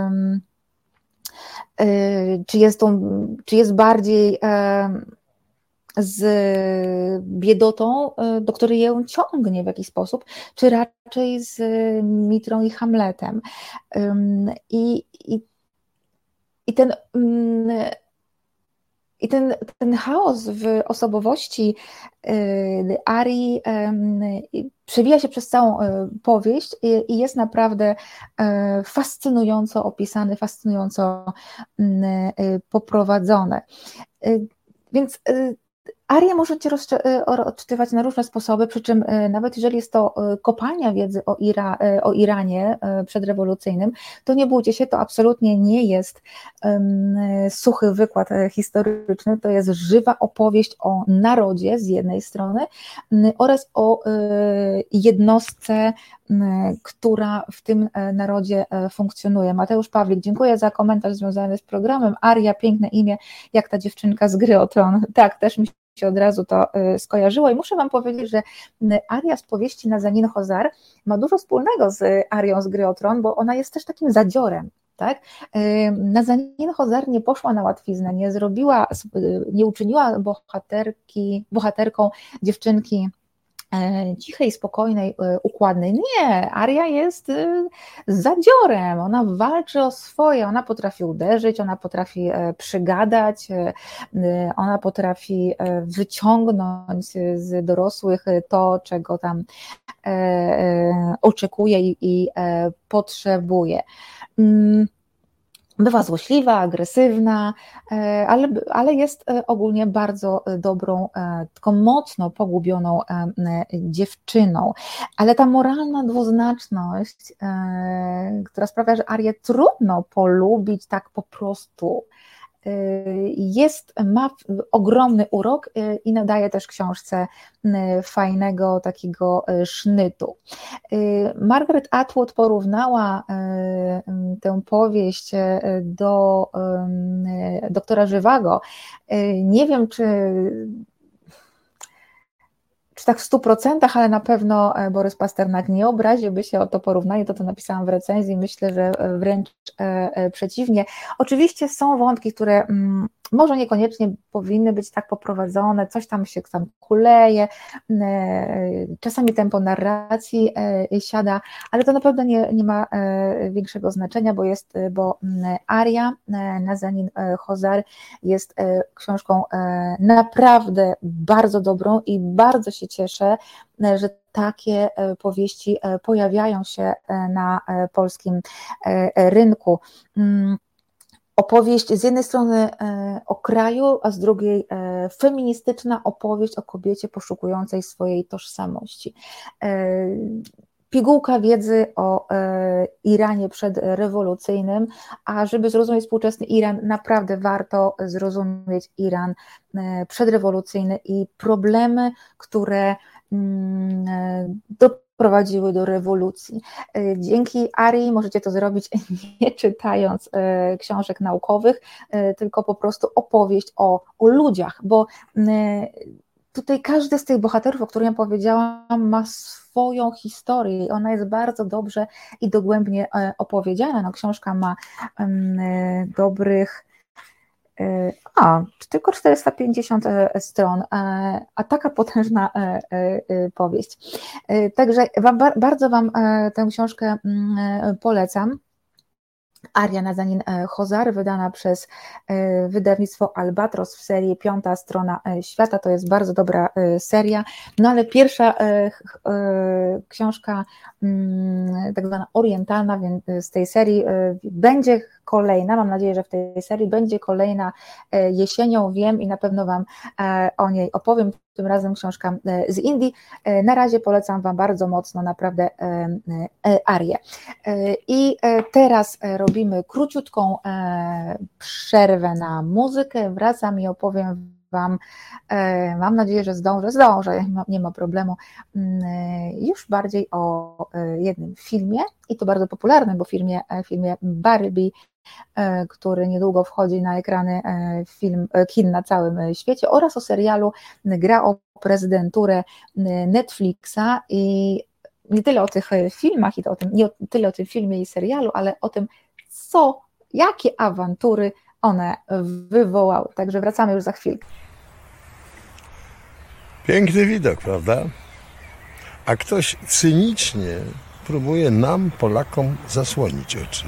czy jest, tą, czy jest bardziej z biedotą, do której ją ciągnie w jakiś sposób, czy raczej z Mitrą i Hamletem. I, i, i ten, i ten, ten chaos w osobowości Arii przewija się przez całą powieść i jest naprawdę fascynująco opisany, fascynująco poprowadzone. Więc Arię możecie odczytywać na różne sposoby, przy czym nawet jeżeli jest to kopalnia wiedzy o, Ira, o Iranie przedrewolucyjnym, to nie bójcie się, to absolutnie nie jest suchy wykład historyczny, to jest żywa opowieść o narodzie z jednej strony oraz o jednostce, która w tym narodzie funkcjonuje. Mateusz Pawlik, dziękuję za komentarz związany z programem. Aria, piękne imię, jak ta dziewczynka z Gry o Tron. Tak, też mi się od razu to skojarzyło i muszę wam powiedzieć, że Aria z powieści Nazanin Hozar ma dużo wspólnego z Arią z Gry o Tron, bo ona jest też takim zadziorem. Tak? Nazanin Hozar nie poszła na łatwiznę, nie zrobiła, nie uczyniła bohaterki, bohaterką dziewczynki cichej, spokojnej, układnej. Nie, Aria jest zadziorem, ona walczy o swoje, ona potrafi uderzyć, ona potrafi przygadać, ona potrafi wyciągnąć z dorosłych to, czego tam oczekuje i potrzebuje. Bywa złośliwa, agresywna, ale, ale jest ogólnie bardzo dobrą, tylko mocno pogubioną dziewczyną. Ale ta moralna dwuznaczność, która sprawia, że Arię trudno polubić tak po prostu, jest, ma ogromny urok i nadaje też książce fajnego takiego sznytu. Margaret Atwood porównała tę powieść do doktora Żywago. Nie wiem, czy czy tak w stu procentach, ale na pewno Borys Pasternak nie obraziłby się o to porównanie, to to napisałam w recenzji, myślę, że wręcz przeciwnie. Oczywiście są wątki, które może niekoniecznie powinny być tak poprowadzone, coś tam się tam kuleje, czasami tempo narracji siada, ale to naprawdę nie, nie ma większego znaczenia, bo jest, bo Aria Nazanin Hozar jest książką naprawdę bardzo dobrą i bardzo się cieszę, że takie powieści pojawiają się na polskim rynku. Opowieść z jednej strony o kraju, a z drugiej feministyczna opowieść o kobiecie poszukującej swojej tożsamości. Pigułka wiedzy o Iranie przedrewolucyjnym, a żeby zrozumieć współczesny Iran, naprawdę warto zrozumieć Iran przedrewolucyjny i problemy, które prowadziły do rewolucji. Dzięki Arii możecie to zrobić nie czytając książek naukowych, tylko po prostu opowieść o, o ludziach, bo tutaj każdy z tych bohaterów, o których ja powiedziałam, ma swoją historię i ona jest bardzo dobrze i dogłębnie opowiedziana. No, książka ma dobrych A, tylko czterysta pięćdziesiąt stron, a taka potężna powieść. Także wam, bardzo Wam tę książkę polecam. Aria Nazanin Hozar, wydana przez wydawnictwo Albatros w serii Piąta Strona Świata. To jest bardzo dobra seria, no ale pierwsza książka tak zwana orientalna, więc z tej serii będzie kolejna, mam nadzieję, że w tej serii będzie kolejna jesienią, wiem i na pewno Wam o niej opowiem, tym razem książka z Indii. Na razie polecam Wam bardzo mocno naprawdę Arię. I teraz robimy króciutką przerwę na muzykę, wracam i opowiem Wam, mam nadzieję, że zdążę, zdążę, nie ma, nie ma problemu, już bardziej o jednym filmie i to bardzo popularnym, bo filmie, filmie Barbie, który niedługo wchodzi na ekrany film, kin na całym świecie, oraz o serialu Gra o prezydenturę Netflixa i nie tyle o tych filmach, i to o tym, nie tyle o tym filmie i serialu, ale o tym, co, jakie awantury one wywołały. Także wracamy już za chwilkę. Piękny widok, prawda? A ktoś cynicznie próbuje nam, Polakom, zasłonić oczy.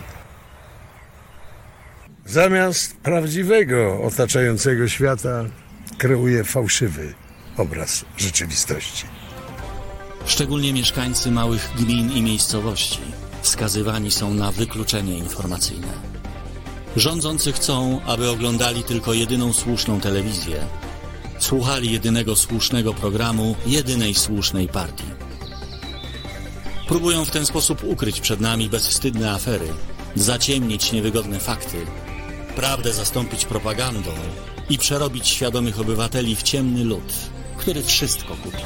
Zamiast prawdziwego otaczającego świata kreuje fałszywy obraz rzeczywistości. Szczególnie mieszkańcy małych gmin i miejscowości skazywani są na wykluczenie informacyjne. Rządzący chcą, aby oglądali tylko jedyną słuszną telewizję, słuchali jedynego słusznego programu, jedynej słusznej partii. Próbują w ten sposób ukryć przed nami bezwstydne afery, zaciemnić niewygodne fakty, prawdę zastąpić propagandą i przerobić świadomych obywateli w ciemny lud, który wszystko kupi.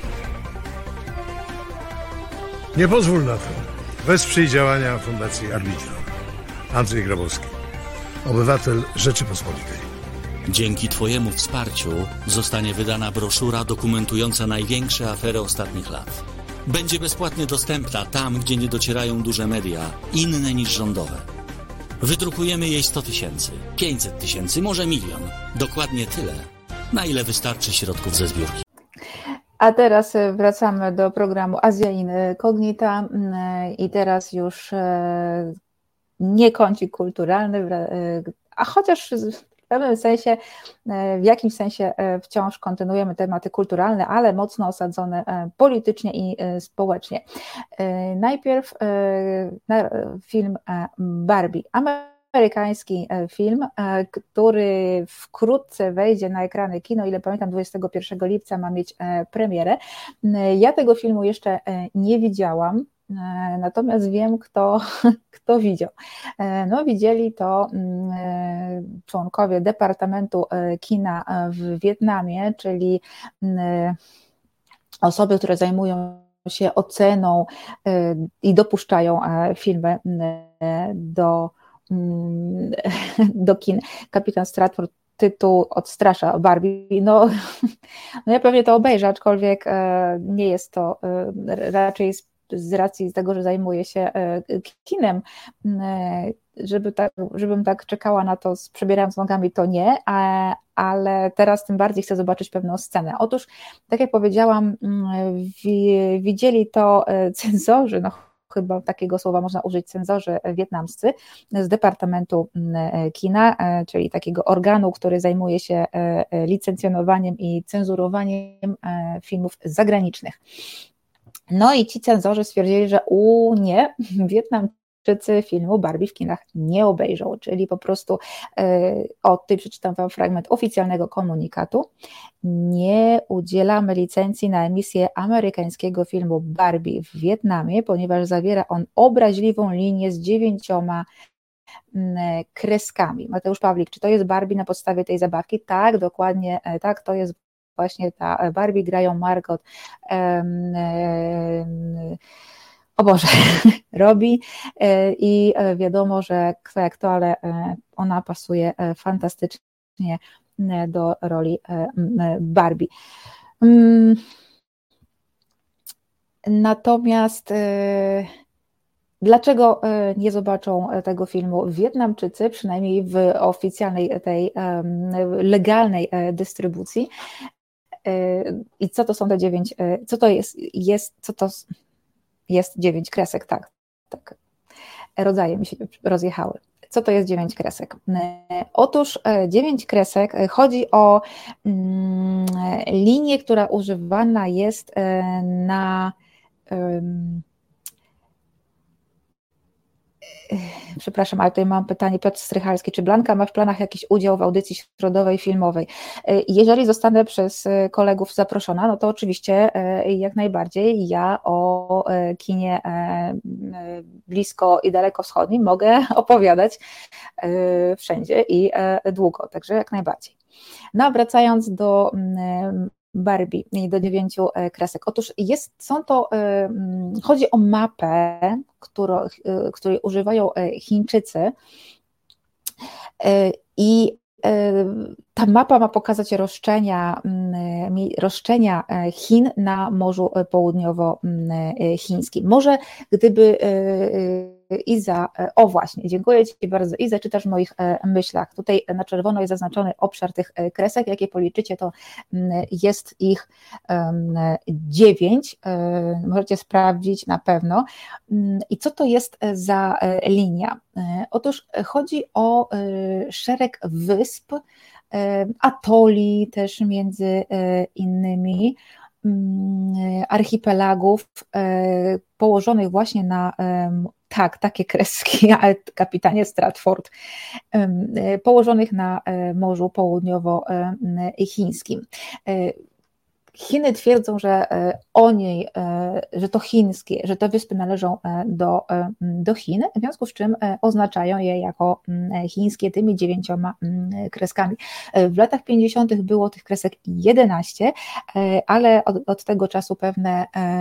Nie pozwól na to. Wesprzyj działania Fundacji Arbitrum. Andrzej Grabowski, obywatel Rzeczypospolitej. Dzięki Twojemu wsparciu zostanie wydana broszura dokumentująca największe afery ostatnich lat. Będzie bezpłatnie dostępna tam, gdzie nie docierają duże media, inne niż rządowe. Wydrukujemy jej sto tysięcy, pięćset tysięcy, może milion. Dokładnie tyle, na ile wystarczy środków ze zbiórki. A teraz wracamy do programu Azja Incognita i teraz już nie kącik kulturalny, a chociaż w pewnym sensie, w jakimś sensie wciąż kontynuujemy tematy kulturalne, ale mocno osadzone politycznie i społecznie. Najpierw film Barbie, amerykański film, który wkrótce wejdzie na ekrany kino, ile pamiętam dwudziestego pierwszego lipca ma mieć premierę. Ja tego filmu jeszcze nie widziałam, natomiast wiem, kto, kto widział. No, widzieli to członkowie Departamentu Kina w Wietnamie, czyli osoby, które zajmują się oceną i dopuszczają filmy do, do kin. Kapitan Stratford tytuł odstrasza Barbie. No, no ja pewnie to obejrzę, aczkolwiek nie jest to raczej z z racji tego, że zajmuję się kinem, żeby tak, żebym tak czekała na to, przebierając nogami, to nie, ale teraz tym bardziej chcę zobaczyć pewną scenę. Otóż, tak jak powiedziałam, widzieli to cenzorzy, no chyba takiego słowa można użyć, cenzorzy wietnamscy z Departamentu Kina, czyli takiego organu, który zajmuje się licencjonowaniem i cenzurowaniem filmów zagranicznych. No i ci cenzorzy stwierdzili, że u nie, Wietnamczycy filmu Barbie w kinach nie obejrzą, czyli po prostu, o, tutaj przeczytam Wam fragment oficjalnego komunikatu: nie udzielamy licencji na emisję amerykańskiego filmu Barbie w Wietnamie, ponieważ zawiera on obraźliwą linię z dziewięcioma kreskami. Mateusz Pawlik, czy to jest Barbie na podstawie tej zabawki? Tak, dokładnie tak, to jest właśnie ta Barbie, grają Margot, o Boże, robi i wiadomo, że kto jak to, ale ona pasuje fantastycznie do roli Barbie. Natomiast dlaczego nie zobaczą tego filmu Wietnamczycy, przynajmniej w oficjalnej, tej legalnej dystrybucji? I co to są te dziewięć, co to jest, jest co to jest dziewięć kresek, tak, tak, rodzaje mi się rozjechały. Co to jest dziewięć kresek? Otóż dziewięć kresek chodzi o linię, która używana jest na Przepraszam, ale tutaj mam pytanie, Piotr Strychalski, czy Blanka ma w planach jakiś udział w audycji środowej, filmowej? Jeżeli zostanę przez kolegów zaproszona, no to oczywiście jak najbardziej ja o kinie blisko i dalekowschodnim mogę opowiadać wszędzie i długo, także jak najbardziej. No a wracając do Barbie i do dziewięciu kresek. Otóż jest, są to, chodzi o mapę, którą, której używają Chińczycy i ta mapa ma pokazać roszczenia, roszczenia Chin na Morzu Południowochińskim. Może gdyby Iza, o właśnie, dziękuję Ci bardzo Iza, czytasz w moich myślach. Tutaj na czerwono jest zaznaczony obszar tych kresek, jakie policzycie, to jest ich dziewięć, możecie sprawdzić na pewno. I co to jest za linia? Otóż chodzi o szereg wysp, atoli też między innymi, archipelagów położonych właśnie na, tak, takie kreski, kapitanie Stratford, położonych na Morzu Południowochińskim. Chiny twierdzą, że oni, że to chińskie, że te wyspy należą do, do Chin, w związku z czym oznaczają je jako chińskie tymi dziewięcioma kreskami. W latach pięćdziesiątych było tych kresek jedenaście, ale od, od tego czasu pewne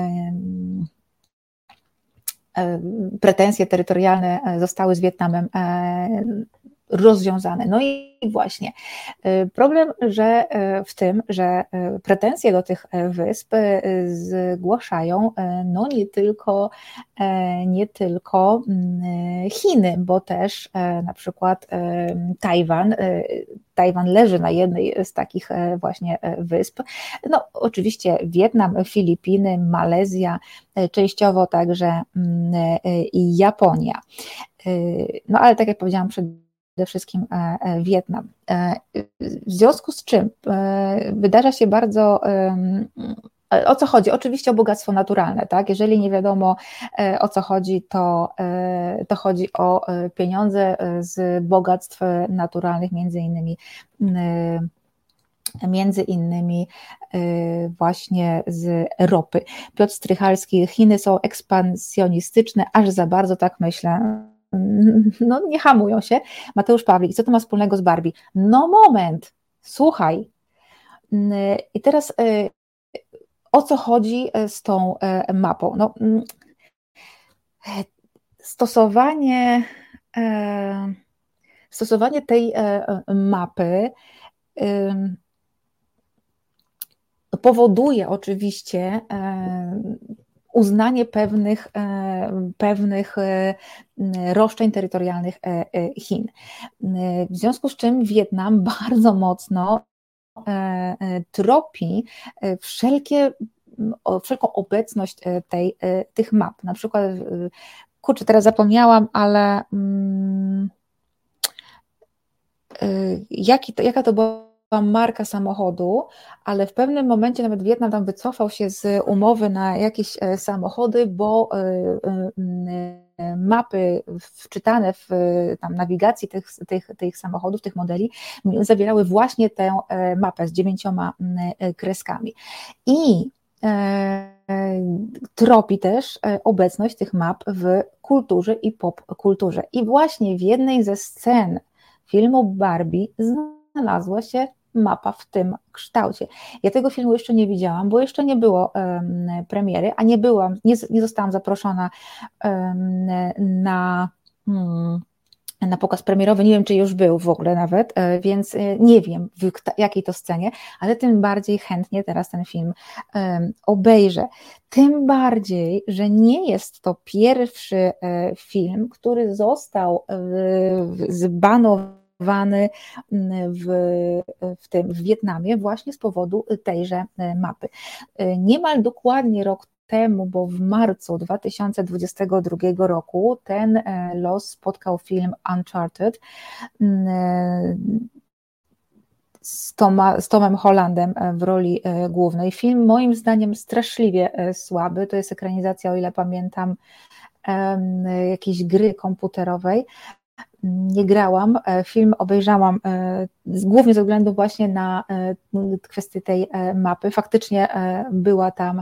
pretensje terytorialne zostały z Wietnamem rozwiązane. No i właśnie problem, że w tym, że pretensje do tych wysp zgłaszają no nie tylko, nie tylko Chiny, bo też na przykład Tajwan, Tajwan leży na jednej z takich właśnie wysp. No oczywiście Wietnam, Filipiny, Malezja, częściowo także i Japonia. No ale tak jak powiedziałam przed przede wszystkim Wietnam. W związku z czym wydarza się bardzo, o co chodzi? Oczywiście o bogactwo naturalne, tak? Jeżeli nie wiadomo o co chodzi, to, to chodzi o pieniądze z bogactw naturalnych, między innymi między innymi właśnie z ropy. Piotr Strychalski, Chiny są ekspansjonistyczne, aż za bardzo, tak myślę. No nie hamują się. Mateusz Pawlik, co to ma wspólnego z Barbie? No moment, słuchaj. I teraz o co chodzi z tą mapą? No, stosowanie, stosowanie tej mapy powoduje oczywiście uznanie pewnych, pewnych roszczeń terytorialnych Chin. W związku z czym Wietnam bardzo mocno tropi wszelkie, wszelką obecność tej, tych map. Na przykład, kurczę, teraz zapomniałam, ale jaki to, jaka to była marka samochodu, ale w pewnym momencie nawet Wietnam tam wycofał się z umowy na jakieś samochody, bo mapy wczytane w tam nawigacji tych, tych, tych samochodów, tych modeli zawierały właśnie tę mapę z dziewięcioma kreskami. I tropi też obecność tych map w kulturze i popkulturze. I właśnie w jednej ze scen filmu Barbie znalazła się mapa w tym kształcie. Ja tego filmu jeszcze nie widziałam, bo jeszcze nie było um, premiery, a nie byłam, nie, nie zostałam zaproszona um, na... Hmm, na pokaz premierowy, nie wiem, czy już był w ogóle nawet, więc nie wiem, w jakiej to scenie, ale tym bardziej chętnie teraz ten film um, obejrzę. Tym bardziej, że nie jest to pierwszy film, który został zbanowany w, w tym w Wietnamie właśnie z powodu tejże mapy. Niemal dokładnie rok temu, bo w marcu dwa tysiące dwudziestego drugiego roku ten los spotkał film Uncharted z, Toma, z Tomem Hollandem w roli głównej. Film moim zdaniem straszliwie słaby, to jest ekranizacja, o ile pamiętam, jakiejś gry komputerowej. Nie grałam, film obejrzałam głównie ze względu właśnie na kwestię tej mapy. Faktycznie była tam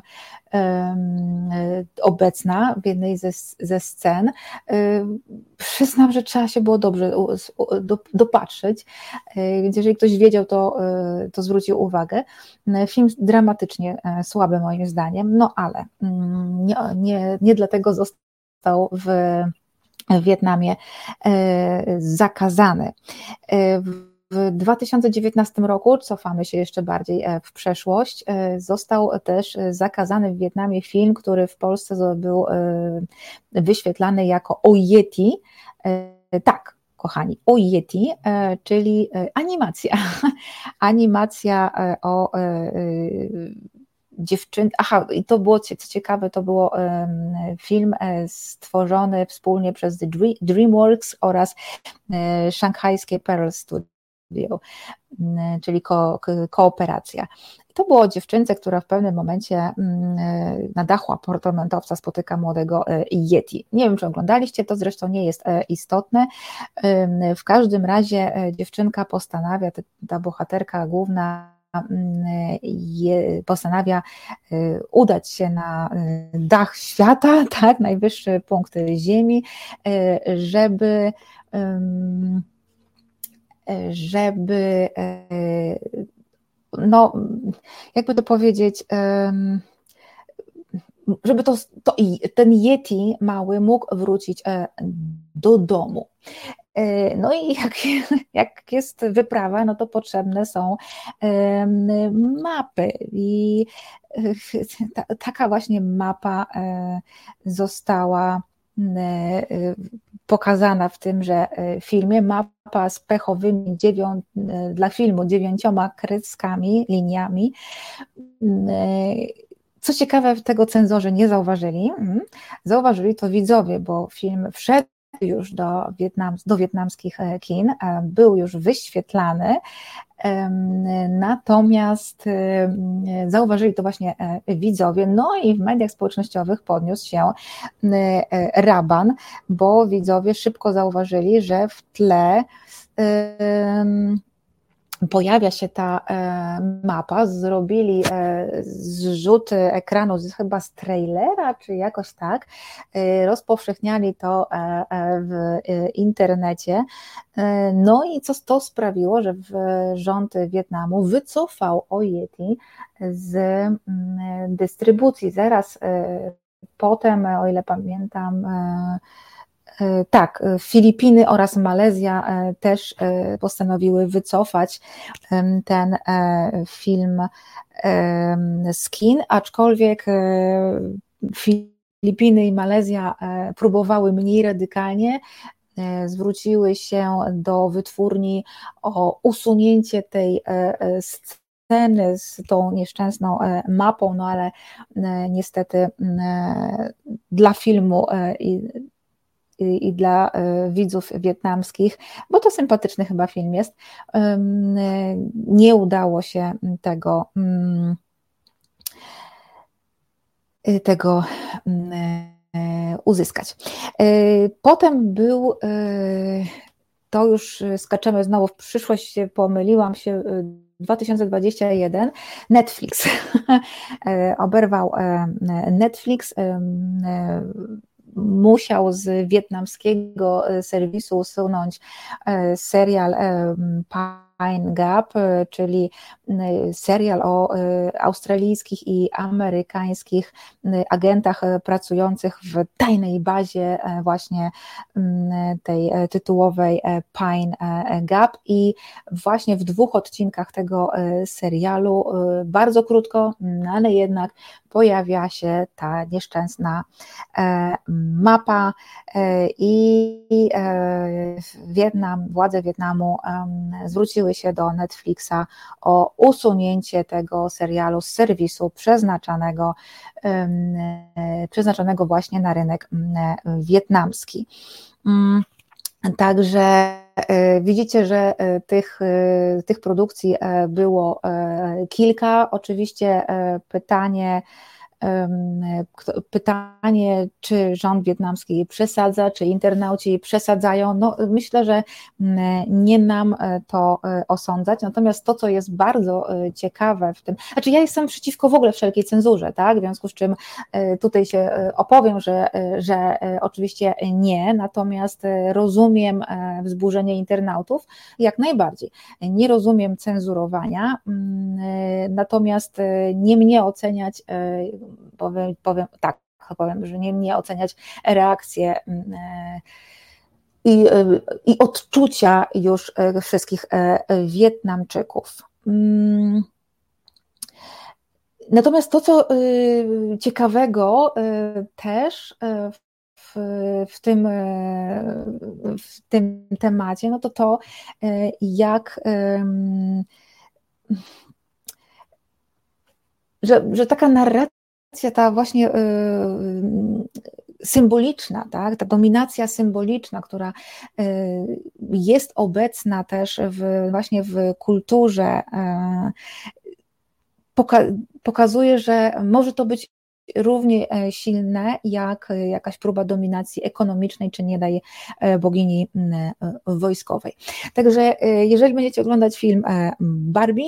obecna w jednej ze, ze scen. Przyznam, że trzeba się było dobrze dopatrzyć, więc jeżeli ktoś wiedział, to, to zwrócił uwagę. Film dramatycznie słaby moim zdaniem, no ale nie, nie, nie dlatego został w w Wietnamie zakazany. W dwa tysiące dziewiętnastym roku, cofamy się jeszcze bardziej w przeszłość, został też zakazany w Wietnamie film, który w Polsce był wyświetlany jako O Yeti. Tak, kochani, O Yeti, czyli animacja. Animacja o dziewczyn, aha, i to było, co ciekawe, to było film stworzony wspólnie przez The DreamWorks oraz szanghajskie Pearl Studio, czyli ko, kooperacja. To było o dziewczynce, która w pewnym momencie na dachu apartamentowca spotyka młodego Yeti. Nie wiem, czy oglądaliście, to zresztą nie jest istotne. W każdym razie dziewczynka postanawia, ta bohaterka główna postanawia udać się na dach świata, tak, najwyższy punkt Ziemi, żeby, żeby no, jakby to powiedzieć, żeby to, to ten Yeti mały mógł wrócić do domu. No i jak, jak jest wyprawa, no to potrzebne są mapy i ta, taka właśnie mapa została pokazana w tymże filmie, mapa z pechowymi dziewią, dla filmu dziewięcioma kreskami, liniami. Co ciekawe, tego cenzorzy nie zauważyli, zauważyli to widzowie, bo film wszedł już do, Wietnam, do wietnamskich kin, był już wyświetlany, natomiast zauważyli to właśnie widzowie, no i w mediach społecznościowych podniósł się raban, bo widzowie szybko zauważyli, że w tle pojawia się ta mapa, zrobili zrzut ekranu chyba z trailera, czy jakoś tak, rozpowszechniali to w internecie, no i co to sprawiło, że rząd Wietnamu wycofał O Yeti z dystrybucji. Zaraz potem, o ile pamiętam, tak, Filipiny oraz Malezja też postanowiły wycofać ten film z kin, aczkolwiek Filipiny i Malezja próbowały mniej radykalnie, zwróciły się do wytwórni o usunięcie tej sceny z tą nieszczęsną mapą, no ale niestety dla filmu i i dla widzów wietnamskich, bo to sympatyczny chyba film jest, nie udało się tego, tego uzyskać. Potem był, to już skaczemy znowu w przyszłość, pomyliłam się, dwa tysiące dwudziesty pierwszy, Netflix. Oberwał Netflix, musiał z wietnamskiego serwisu usunąć serial Pine Gap, czyli serial o australijskich i amerykańskich agentach pracujących w tajnej bazie właśnie tej tytułowej Pine Gap, i właśnie w dwóch odcinkach tego serialu, bardzo krótko, ale jednak pojawia się ta nieszczęsna mapa i Wietnam, władze Wietnamu zwróciły się do Netflixa o usunięcie tego serialu z serwisu przeznaczonego, przeznaczonego właśnie na rynek wietnamski. Także widzicie, że tych, tych produkcji było kilka. Oczywiście pytanie, pytanie, czy rząd wietnamski przesadza, czy internauci przesadzają, no myślę, że nie nam to osądzać, natomiast to, co jest bardzo ciekawe w tym, znaczy ja jestem przeciwko w ogóle wszelkiej cenzurze, tak, w związku z czym tutaj się opowiem, że, że oczywiście nie, natomiast rozumiem wzburzenie internautów jak najbardziej, nie rozumiem cenzurowania, natomiast nie mnie oceniać, Powiem, powiem tak, powiem, że nie mnie oceniać reakcje i, i odczucia już wszystkich Wietnamczyków. Natomiast to, co ciekawego też w, w, tym, w tym temacie, no to to, jak że, że taka narracja, ta właśnie y, symboliczna, tak, ta dominacja symboliczna, która y, jest obecna też w, właśnie w kulturze, y, poka- pokazuje, że może to być równie silne jak jakaś próba dominacji ekonomicznej, czy nie daj bogini wojskowej. Także jeżeli będziecie oglądać film Barbie,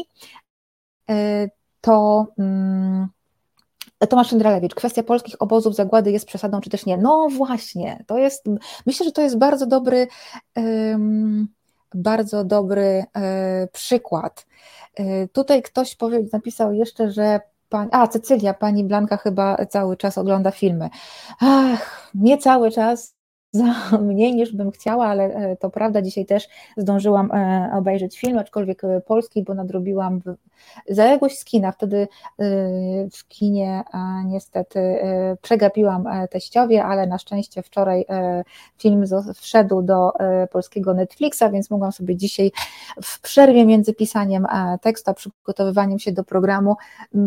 to Tomasz Szyndralewicz, kwestia polskich obozów zagłady jest przesadą, czy też nie? No właśnie, to jest, myślę, że to jest bardzo dobry, um, bardzo dobry um, przykład. Um, tutaj ktoś powie, napisał jeszcze, że pani, a Cecylia, pani Blanka chyba cały czas ogląda filmy. Ach, nie cały czas, za mniej niż bym chciała, ale to prawda, dzisiaj też zdążyłam obejrzeć film, aczkolwiek polski, bo nadrobiłam w, zaległość z kina, wtedy w kinie niestety przegapiłam teściowie, ale na szczęście wczoraj film wszedł do polskiego Netflixa, więc mogłam sobie dzisiaj w przerwie między pisaniem tekstu, a przygotowywaniem się do programu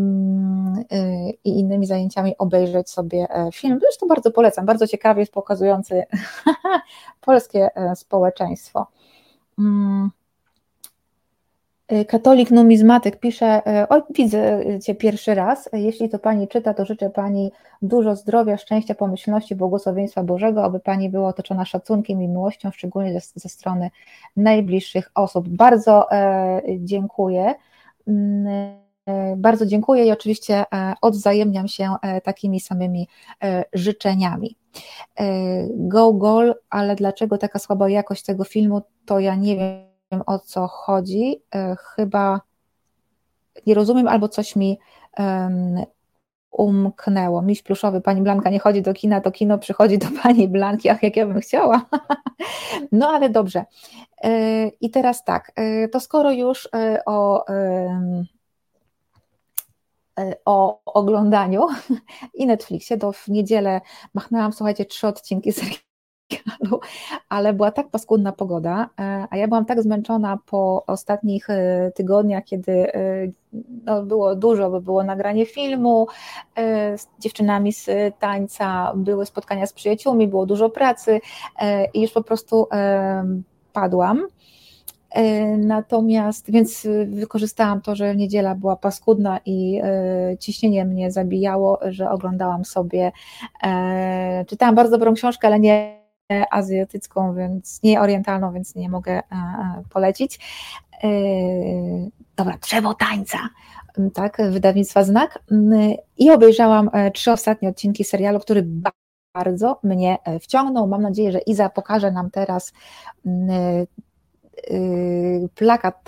i innymi zajęciami obejrzeć sobie film. Zresztą bardzo polecam, bardzo ciekawie jest pokazujący polskie społeczeństwo. Katolik numizmatyk pisze: oj, widzę Cię pierwszy raz, jeśli to Pani czyta, to życzę Pani dużo zdrowia, szczęścia, pomyślności, błogosławieństwa Bożego, aby Pani była otoczona szacunkiem i miłością, szczególnie ze, ze strony najbliższych osób. Bardzo e, dziękuję. Bardzo dziękuję i oczywiście odwzajemniam się takimi samymi życzeniami. Go Gol, ale dlaczego taka słaba jakość tego filmu, to ja nie wiem, o co chodzi. Chyba nie rozumiem, albo coś mi umknęło. Miś pluszowy, pani Blanka nie chodzi do kina, to kino przychodzi do pani Blanki, ach, jak ja bym chciała. No ale dobrze. I teraz tak, to skoro już o o oglądaniu i Netflixie, to w niedzielę machnęłam, słuchajcie, trzy odcinki serialu, ale była tak paskudna pogoda, a ja byłam tak zmęczona po ostatnich tygodniach, kiedy no, było dużo, bo było nagranie filmu z dziewczynami z tańca, były spotkania z przyjaciółmi, było dużo pracy i już po prostu padłam. Natomiast, więc wykorzystałam to, że niedziela była paskudna i e, ciśnienie mnie zabijało, że oglądałam sobie, e, czytałam bardzo dobrą książkę, ale nie azjatycką, więc nie orientalną, więc nie mogę e, polecić. E, dobra, Drzewo tańca, tak, wydawnictwa Znak, i obejrzałam trzy ostatnie odcinki serialu, który bardzo mnie wciągnął. Mam nadzieję, że Iza pokaże nam teraz plakat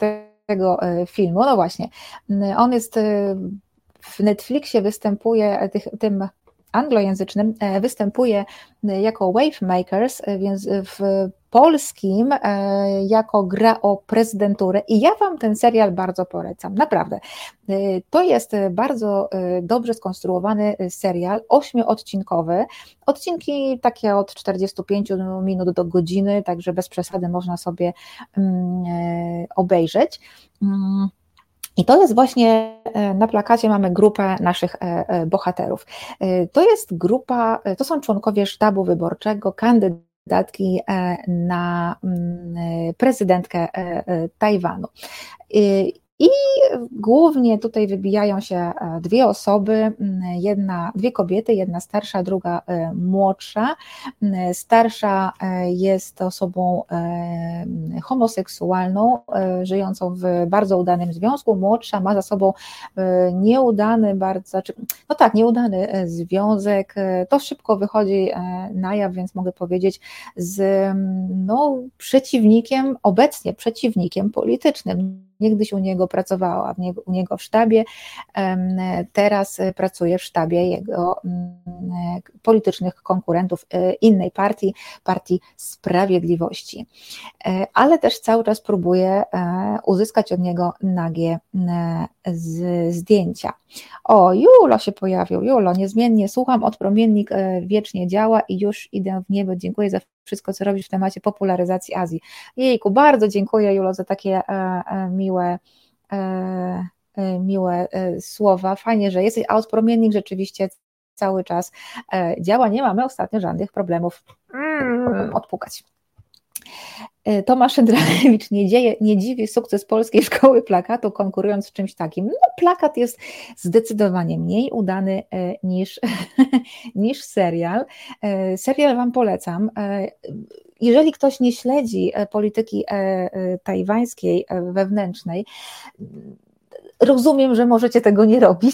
tego filmu. No właśnie, on jest w Netflixie, występuje tych, tym anglojęzycznym, występuje jako Wavemakers, więc w polskim jako gra o prezydenturę i ja Wam ten serial bardzo polecam, naprawdę. To jest bardzo dobrze skonstruowany serial, ośmioodcinkowy, odcinki takie od czterdziestu pięciu minut do godziny, także bez przesady można sobie obejrzeć. I to jest właśnie, na plakacie mamy grupę naszych bohaterów. To jest grupa, to są członkowie sztabu wyborczego, kandydatki na prezydentkę Tajwanu. I głównie tutaj wybijają się dwie osoby, jedna, dwie kobiety, jedna starsza, druga młodsza. Starsza jest osobą homoseksualną, żyjącą w bardzo udanym związku, młodsza ma za sobą nieudany bardzo, no tak, nieudany związek, to szybko wychodzi na jaw, więc mogę powiedzieć, z no, przeciwnikiem, obecnie przeciwnikiem politycznym. Niegdyś u niego pracowała, u niego w sztabie, teraz pracuje w sztabie jego politycznych konkurentów innej partii, Partii Sprawiedliwości. Ale też cały czas próbuje uzyskać od niego nagie zdjęcia. O, Julo się pojawił, Julo, niezmiennie słucham, odpromiennik wiecznie działa i już idę w niebo, dziękuję za wszystko, co robisz w temacie popularyzacji Azji. Jejku, bardzo dziękuję, Julo, za takie miłe, miłe słowa, fajnie, że jesteś, a odpromiennik rzeczywiście cały czas działa, nie mamy ostatnio żadnych problemów mm, odpukać. Tomasz Szyndralewicz, nie, dzieje, nie dziwi sukces polskiej szkoły plakatu, konkurując z czymś takim. No, plakat jest zdecydowanie mniej udany niż, niż serial. Serial Wam polecam. Jeżeli ktoś nie śledzi polityki tajwańskiej, wewnętrznej, rozumiem, że możecie tego nie robić,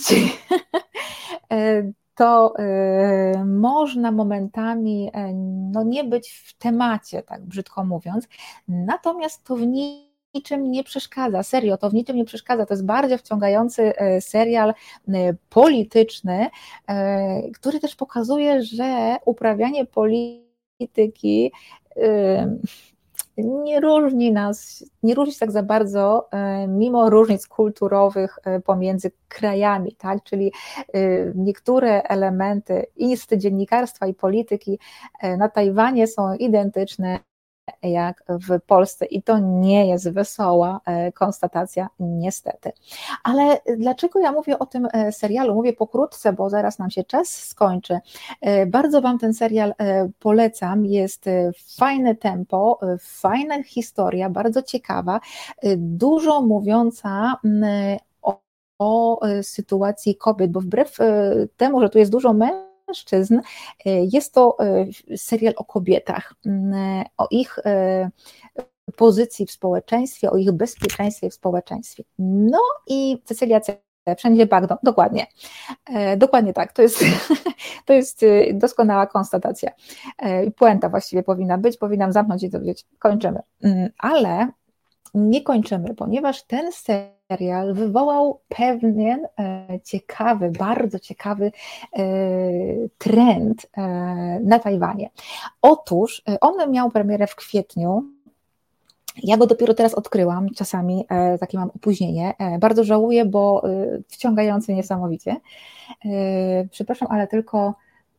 to y, można momentami y, no, nie być w temacie, tak brzydko mówiąc, natomiast to w niczym nie przeszkadza, serio, to w niczym nie przeszkadza, to jest bardzo wciągający y, serial y, polityczny, y, który też pokazuje, że uprawianie polityki y, nie różni nas, nie różni się tak za bardzo, mimo różnic kulturowych pomiędzy krajami, tak? Czyli niektóre elementy i z dziennikarstwa i polityki na Tajwanie są identyczne jak w Polsce i to nie jest wesoła konstatacja, niestety. Ale dlaczego ja mówię o tym serialu? Mówię pokrótce, bo zaraz nam się czas skończy. Bardzo Wam ten serial polecam, jest fajne tempo, fajna historia, bardzo ciekawa, dużo mówiąca o, o sytuacji kobiet, bo wbrew temu, że tu jest dużo mężczyzn, mężczyzn, jest to serial o kobietach, o ich pozycji w społeczeństwie, o ich bezpieczeństwie w społeczeństwie. No i Cecylia C. Wszędzie bagno, dokładnie, dokładnie tak, to jest, to jest doskonała konstatacja. Puenta właściwie powinna być, powinnam zamknąć i to wiedzieć, kończymy. Ale nie kończymy, ponieważ ten serial wywołał pewien ciekawy, bardzo ciekawy trend na Tajwanie. Otóż on miał premierę w kwietniu. Ja go dopiero teraz odkryłam, czasami takie mam opóźnienie. Bardzo żałuję, bo wciągający niesamowicie. Przepraszam, ale tylko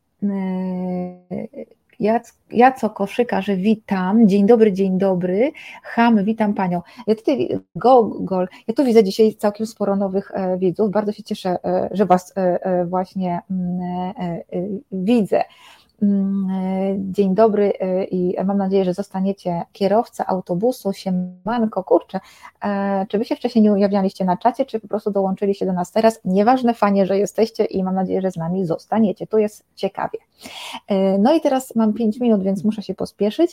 Jaco Koszykarz, witam, dzień dobry, dzień dobry, Ham, witam Panią. Ja tutaj, Gogol, ja tu widzę dzisiaj całkiem sporo nowych widzów, bardzo się cieszę, że Was właśnie widzę. Dzień dobry i mam nadzieję, że zostaniecie kierowca autobusu, siemanko, kurczę, czy Wy się wcześniej nie ujawnialiście na czacie, czy po prostu dołączyliście do nas teraz, nieważne, fajnie, że jesteście i mam nadzieję, że z nami zostaniecie, tu jest ciekawie. No i teraz mam pięć minut, więc muszę się pospieszyć.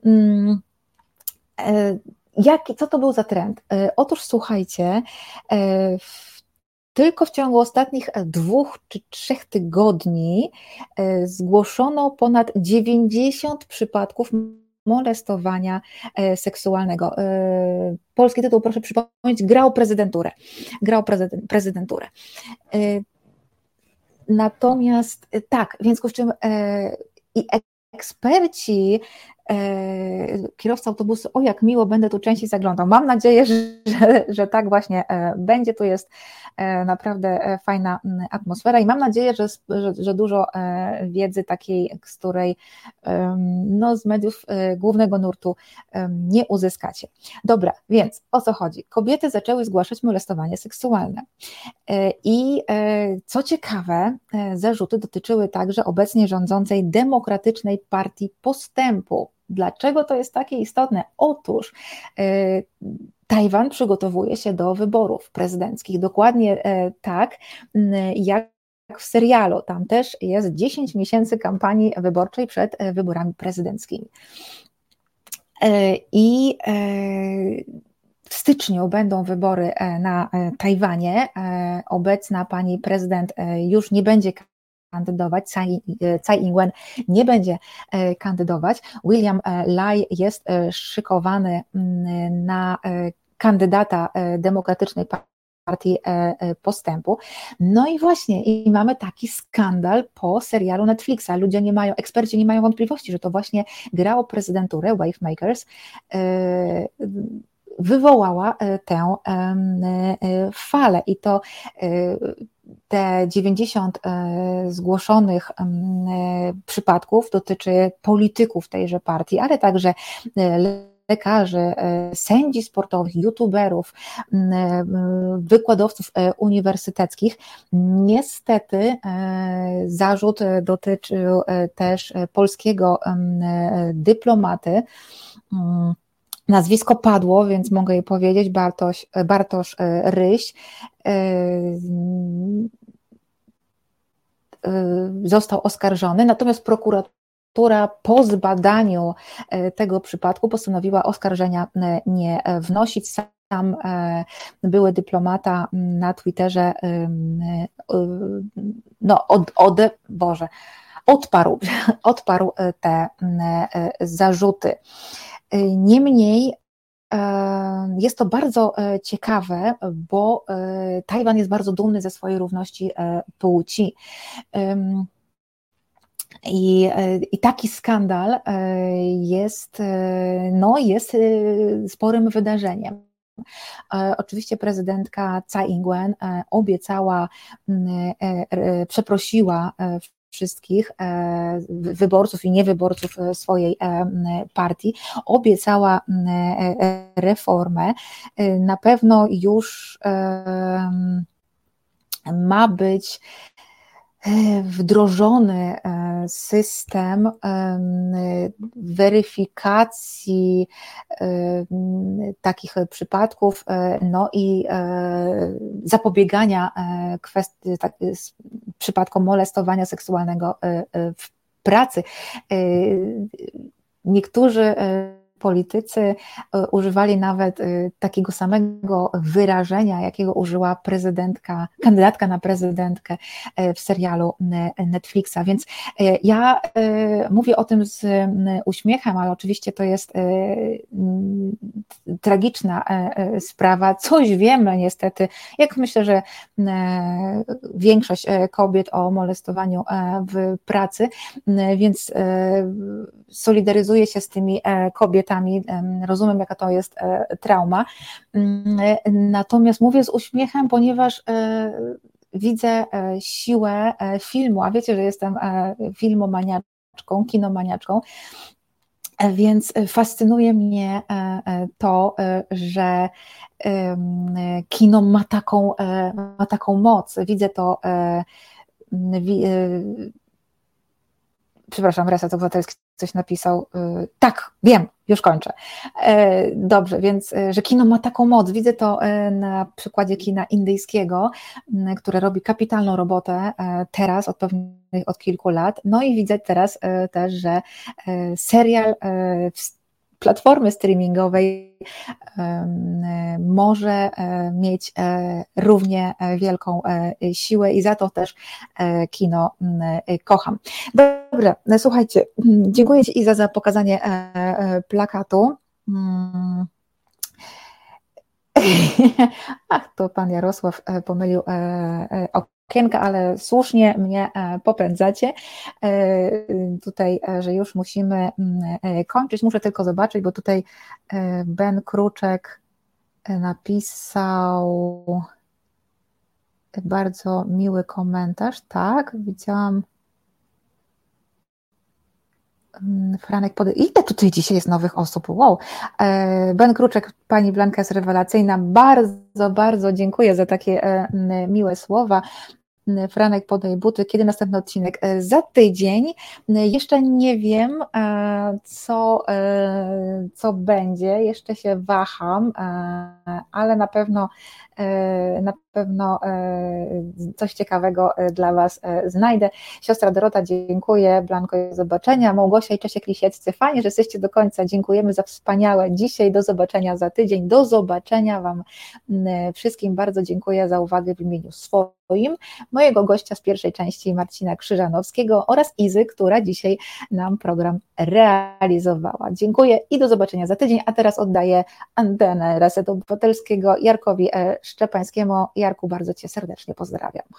Jak, co to był za trend? Otóż słuchajcie, w Tylko w ciągu ostatnich dwóch czy trzech tygodni zgłoszono ponad dziewięćdziesiąt przypadków molestowania seksualnego. Polski tytuł, proszę przypomnieć, grał prezydenturę. Grał prezydenturę. Natomiast tak, w związku z czym i eksperci, kierowca autobusu, o jak miło, będę tu częściej zaglądał. Mam nadzieję, że, że tak właśnie będzie. Tu jest naprawdę fajna atmosfera i mam nadzieję, że, że, że dużo wiedzy takiej, z której no, z mediów głównego nurtu nie uzyskacie. Dobra, więc o co chodzi? Kobiety zaczęły zgłaszać molestowanie seksualne i co ciekawe, zarzuty dotyczyły także obecnie rządzącej Demokratycznej Partii Postępu. Dlaczego to jest takie istotne? Otóż y, Tajwan przygotowuje się do wyborów prezydenckich, dokładnie y, tak y, jak w serialu. Tam też jest dziesięć miesięcy kampanii wyborczej przed y, wyborami prezydenckimi. Y, I y, w styczniu będą wybory na Tajwanie. Obecna pani prezydent już nie będzie kandydować, Tsai Ing-wen nie będzie kandydować. William Lai jest szykowany na kandydata Demokratycznej Partii Postępu. No i właśnie, i mamy taki skandal po serialu Netflixa. Ludzie nie mają, eksperci nie mają wątpliwości, że to właśnie gra o prezydenturę Wavemakers wywołała tę falę i to te dziewięćdziesiąt zgłoszonych przypadków dotyczy polityków tejże partii, ale także lekarzy, sędzi sportowych, youtuberów, wykładowców uniwersyteckich. Niestety zarzut dotyczył też polskiego dyplomaty. Nazwisko padło, więc mogę jej powiedzieć, Bartosz, Bartosz Ryś został oskarżony, natomiast prokuratura po zbadaniu tego przypadku postanowiła oskarżenia nie wnosić. Sam były dyplomata na Twitterze no od, od Boże, odparł, odparł te zarzuty. Niemniej jest to bardzo ciekawe, bo Tajwan jest bardzo dumny ze swojej równości płci. I, I taki skandal jest, no, jest sporym wydarzeniem. Oczywiście prezydentka Tsai Ing-wen obiecała, przeprosiła wszystkich wyborców i niewyborców swojej partii, obiecała reformę. Na pewno już ma być wdrożony system weryfikacji takich przypadków, no i zapobiegania kwestii, przypadkom molestowania seksualnego w pracy. Niektórzy politycy używali nawet takiego samego wyrażenia, jakiego użyła prezydentka, kandydatka na prezydentkę w serialu Netflixa, więc ja mówię o tym z uśmiechem, ale oczywiście to jest tragiczna sprawa, coś wiemy niestety, jak myślę, że większość kobiet o molestowaniu w pracy, więc solidaryzuję się z tymi kobietami, rozumiem, jaka to jest trauma, natomiast mówię z uśmiechem, ponieważ widzę siłę filmu, a wiecie, że jestem filmomaniaczką, kinomaniaczką, więc fascynuje mnie to, że kino ma taką, ma taką moc, widzę to, przepraszam, Reset Obywatelski coś napisał, tak, wiem, już kończę. Dobrze, więc, że kino ma taką moc, widzę to na przykładzie kina indyjskiego, które robi kapitalną robotę teraz, od pewnych, od kilku lat, no i widzę teraz też, że serial platformy streamingowej może mieć równie wielką siłę i za to też kino kocham. Dobra, słuchajcie, dziękuję Ci, Iza, za pokazanie plakatu. Ach, to pan Jarosław pomylił okienka, ale słusznie mnie popędzacie tutaj, że już musimy kończyć. Muszę tylko zobaczyć, bo tutaj Ben Kruczek napisał bardzo miły komentarz. Tak, widziałam. Franek Pody. Ile tutaj dzisiaj jest nowych osób? Wow. Ben Kruczek, pani Blanka jest rewelacyjna. Bardzo, bardzo dziękuję za takie miłe słowa. Franek Podaj buty. Kiedy następny odcinek? Za tydzień. Jeszcze nie wiem, co, co będzie. Jeszcze się waham, ale na pewno na pewno coś ciekawego dla Was znajdę. Siostra Dorota, dziękuję. Blanko, do zobaczenia. Małgosia i Czesiek Lisieccy, fajnie, że jesteście do końca. Dziękujemy za wspaniałe dzisiaj. Do zobaczenia za tydzień. Do zobaczenia Wam wszystkim. Bardzo dziękuję za uwagę w imieniu swoim, mojego gościa z pierwszej części Marcina Krzyżanowskiego oraz Izy, która dzisiaj nam program realizowała. Dziękuję i do zobaczenia za tydzień, a teraz oddaję antenę Resetu Obywatelskiego Jarkowi Szczepańskiemu. Jarku, bardzo Cię serdecznie pozdrawiam.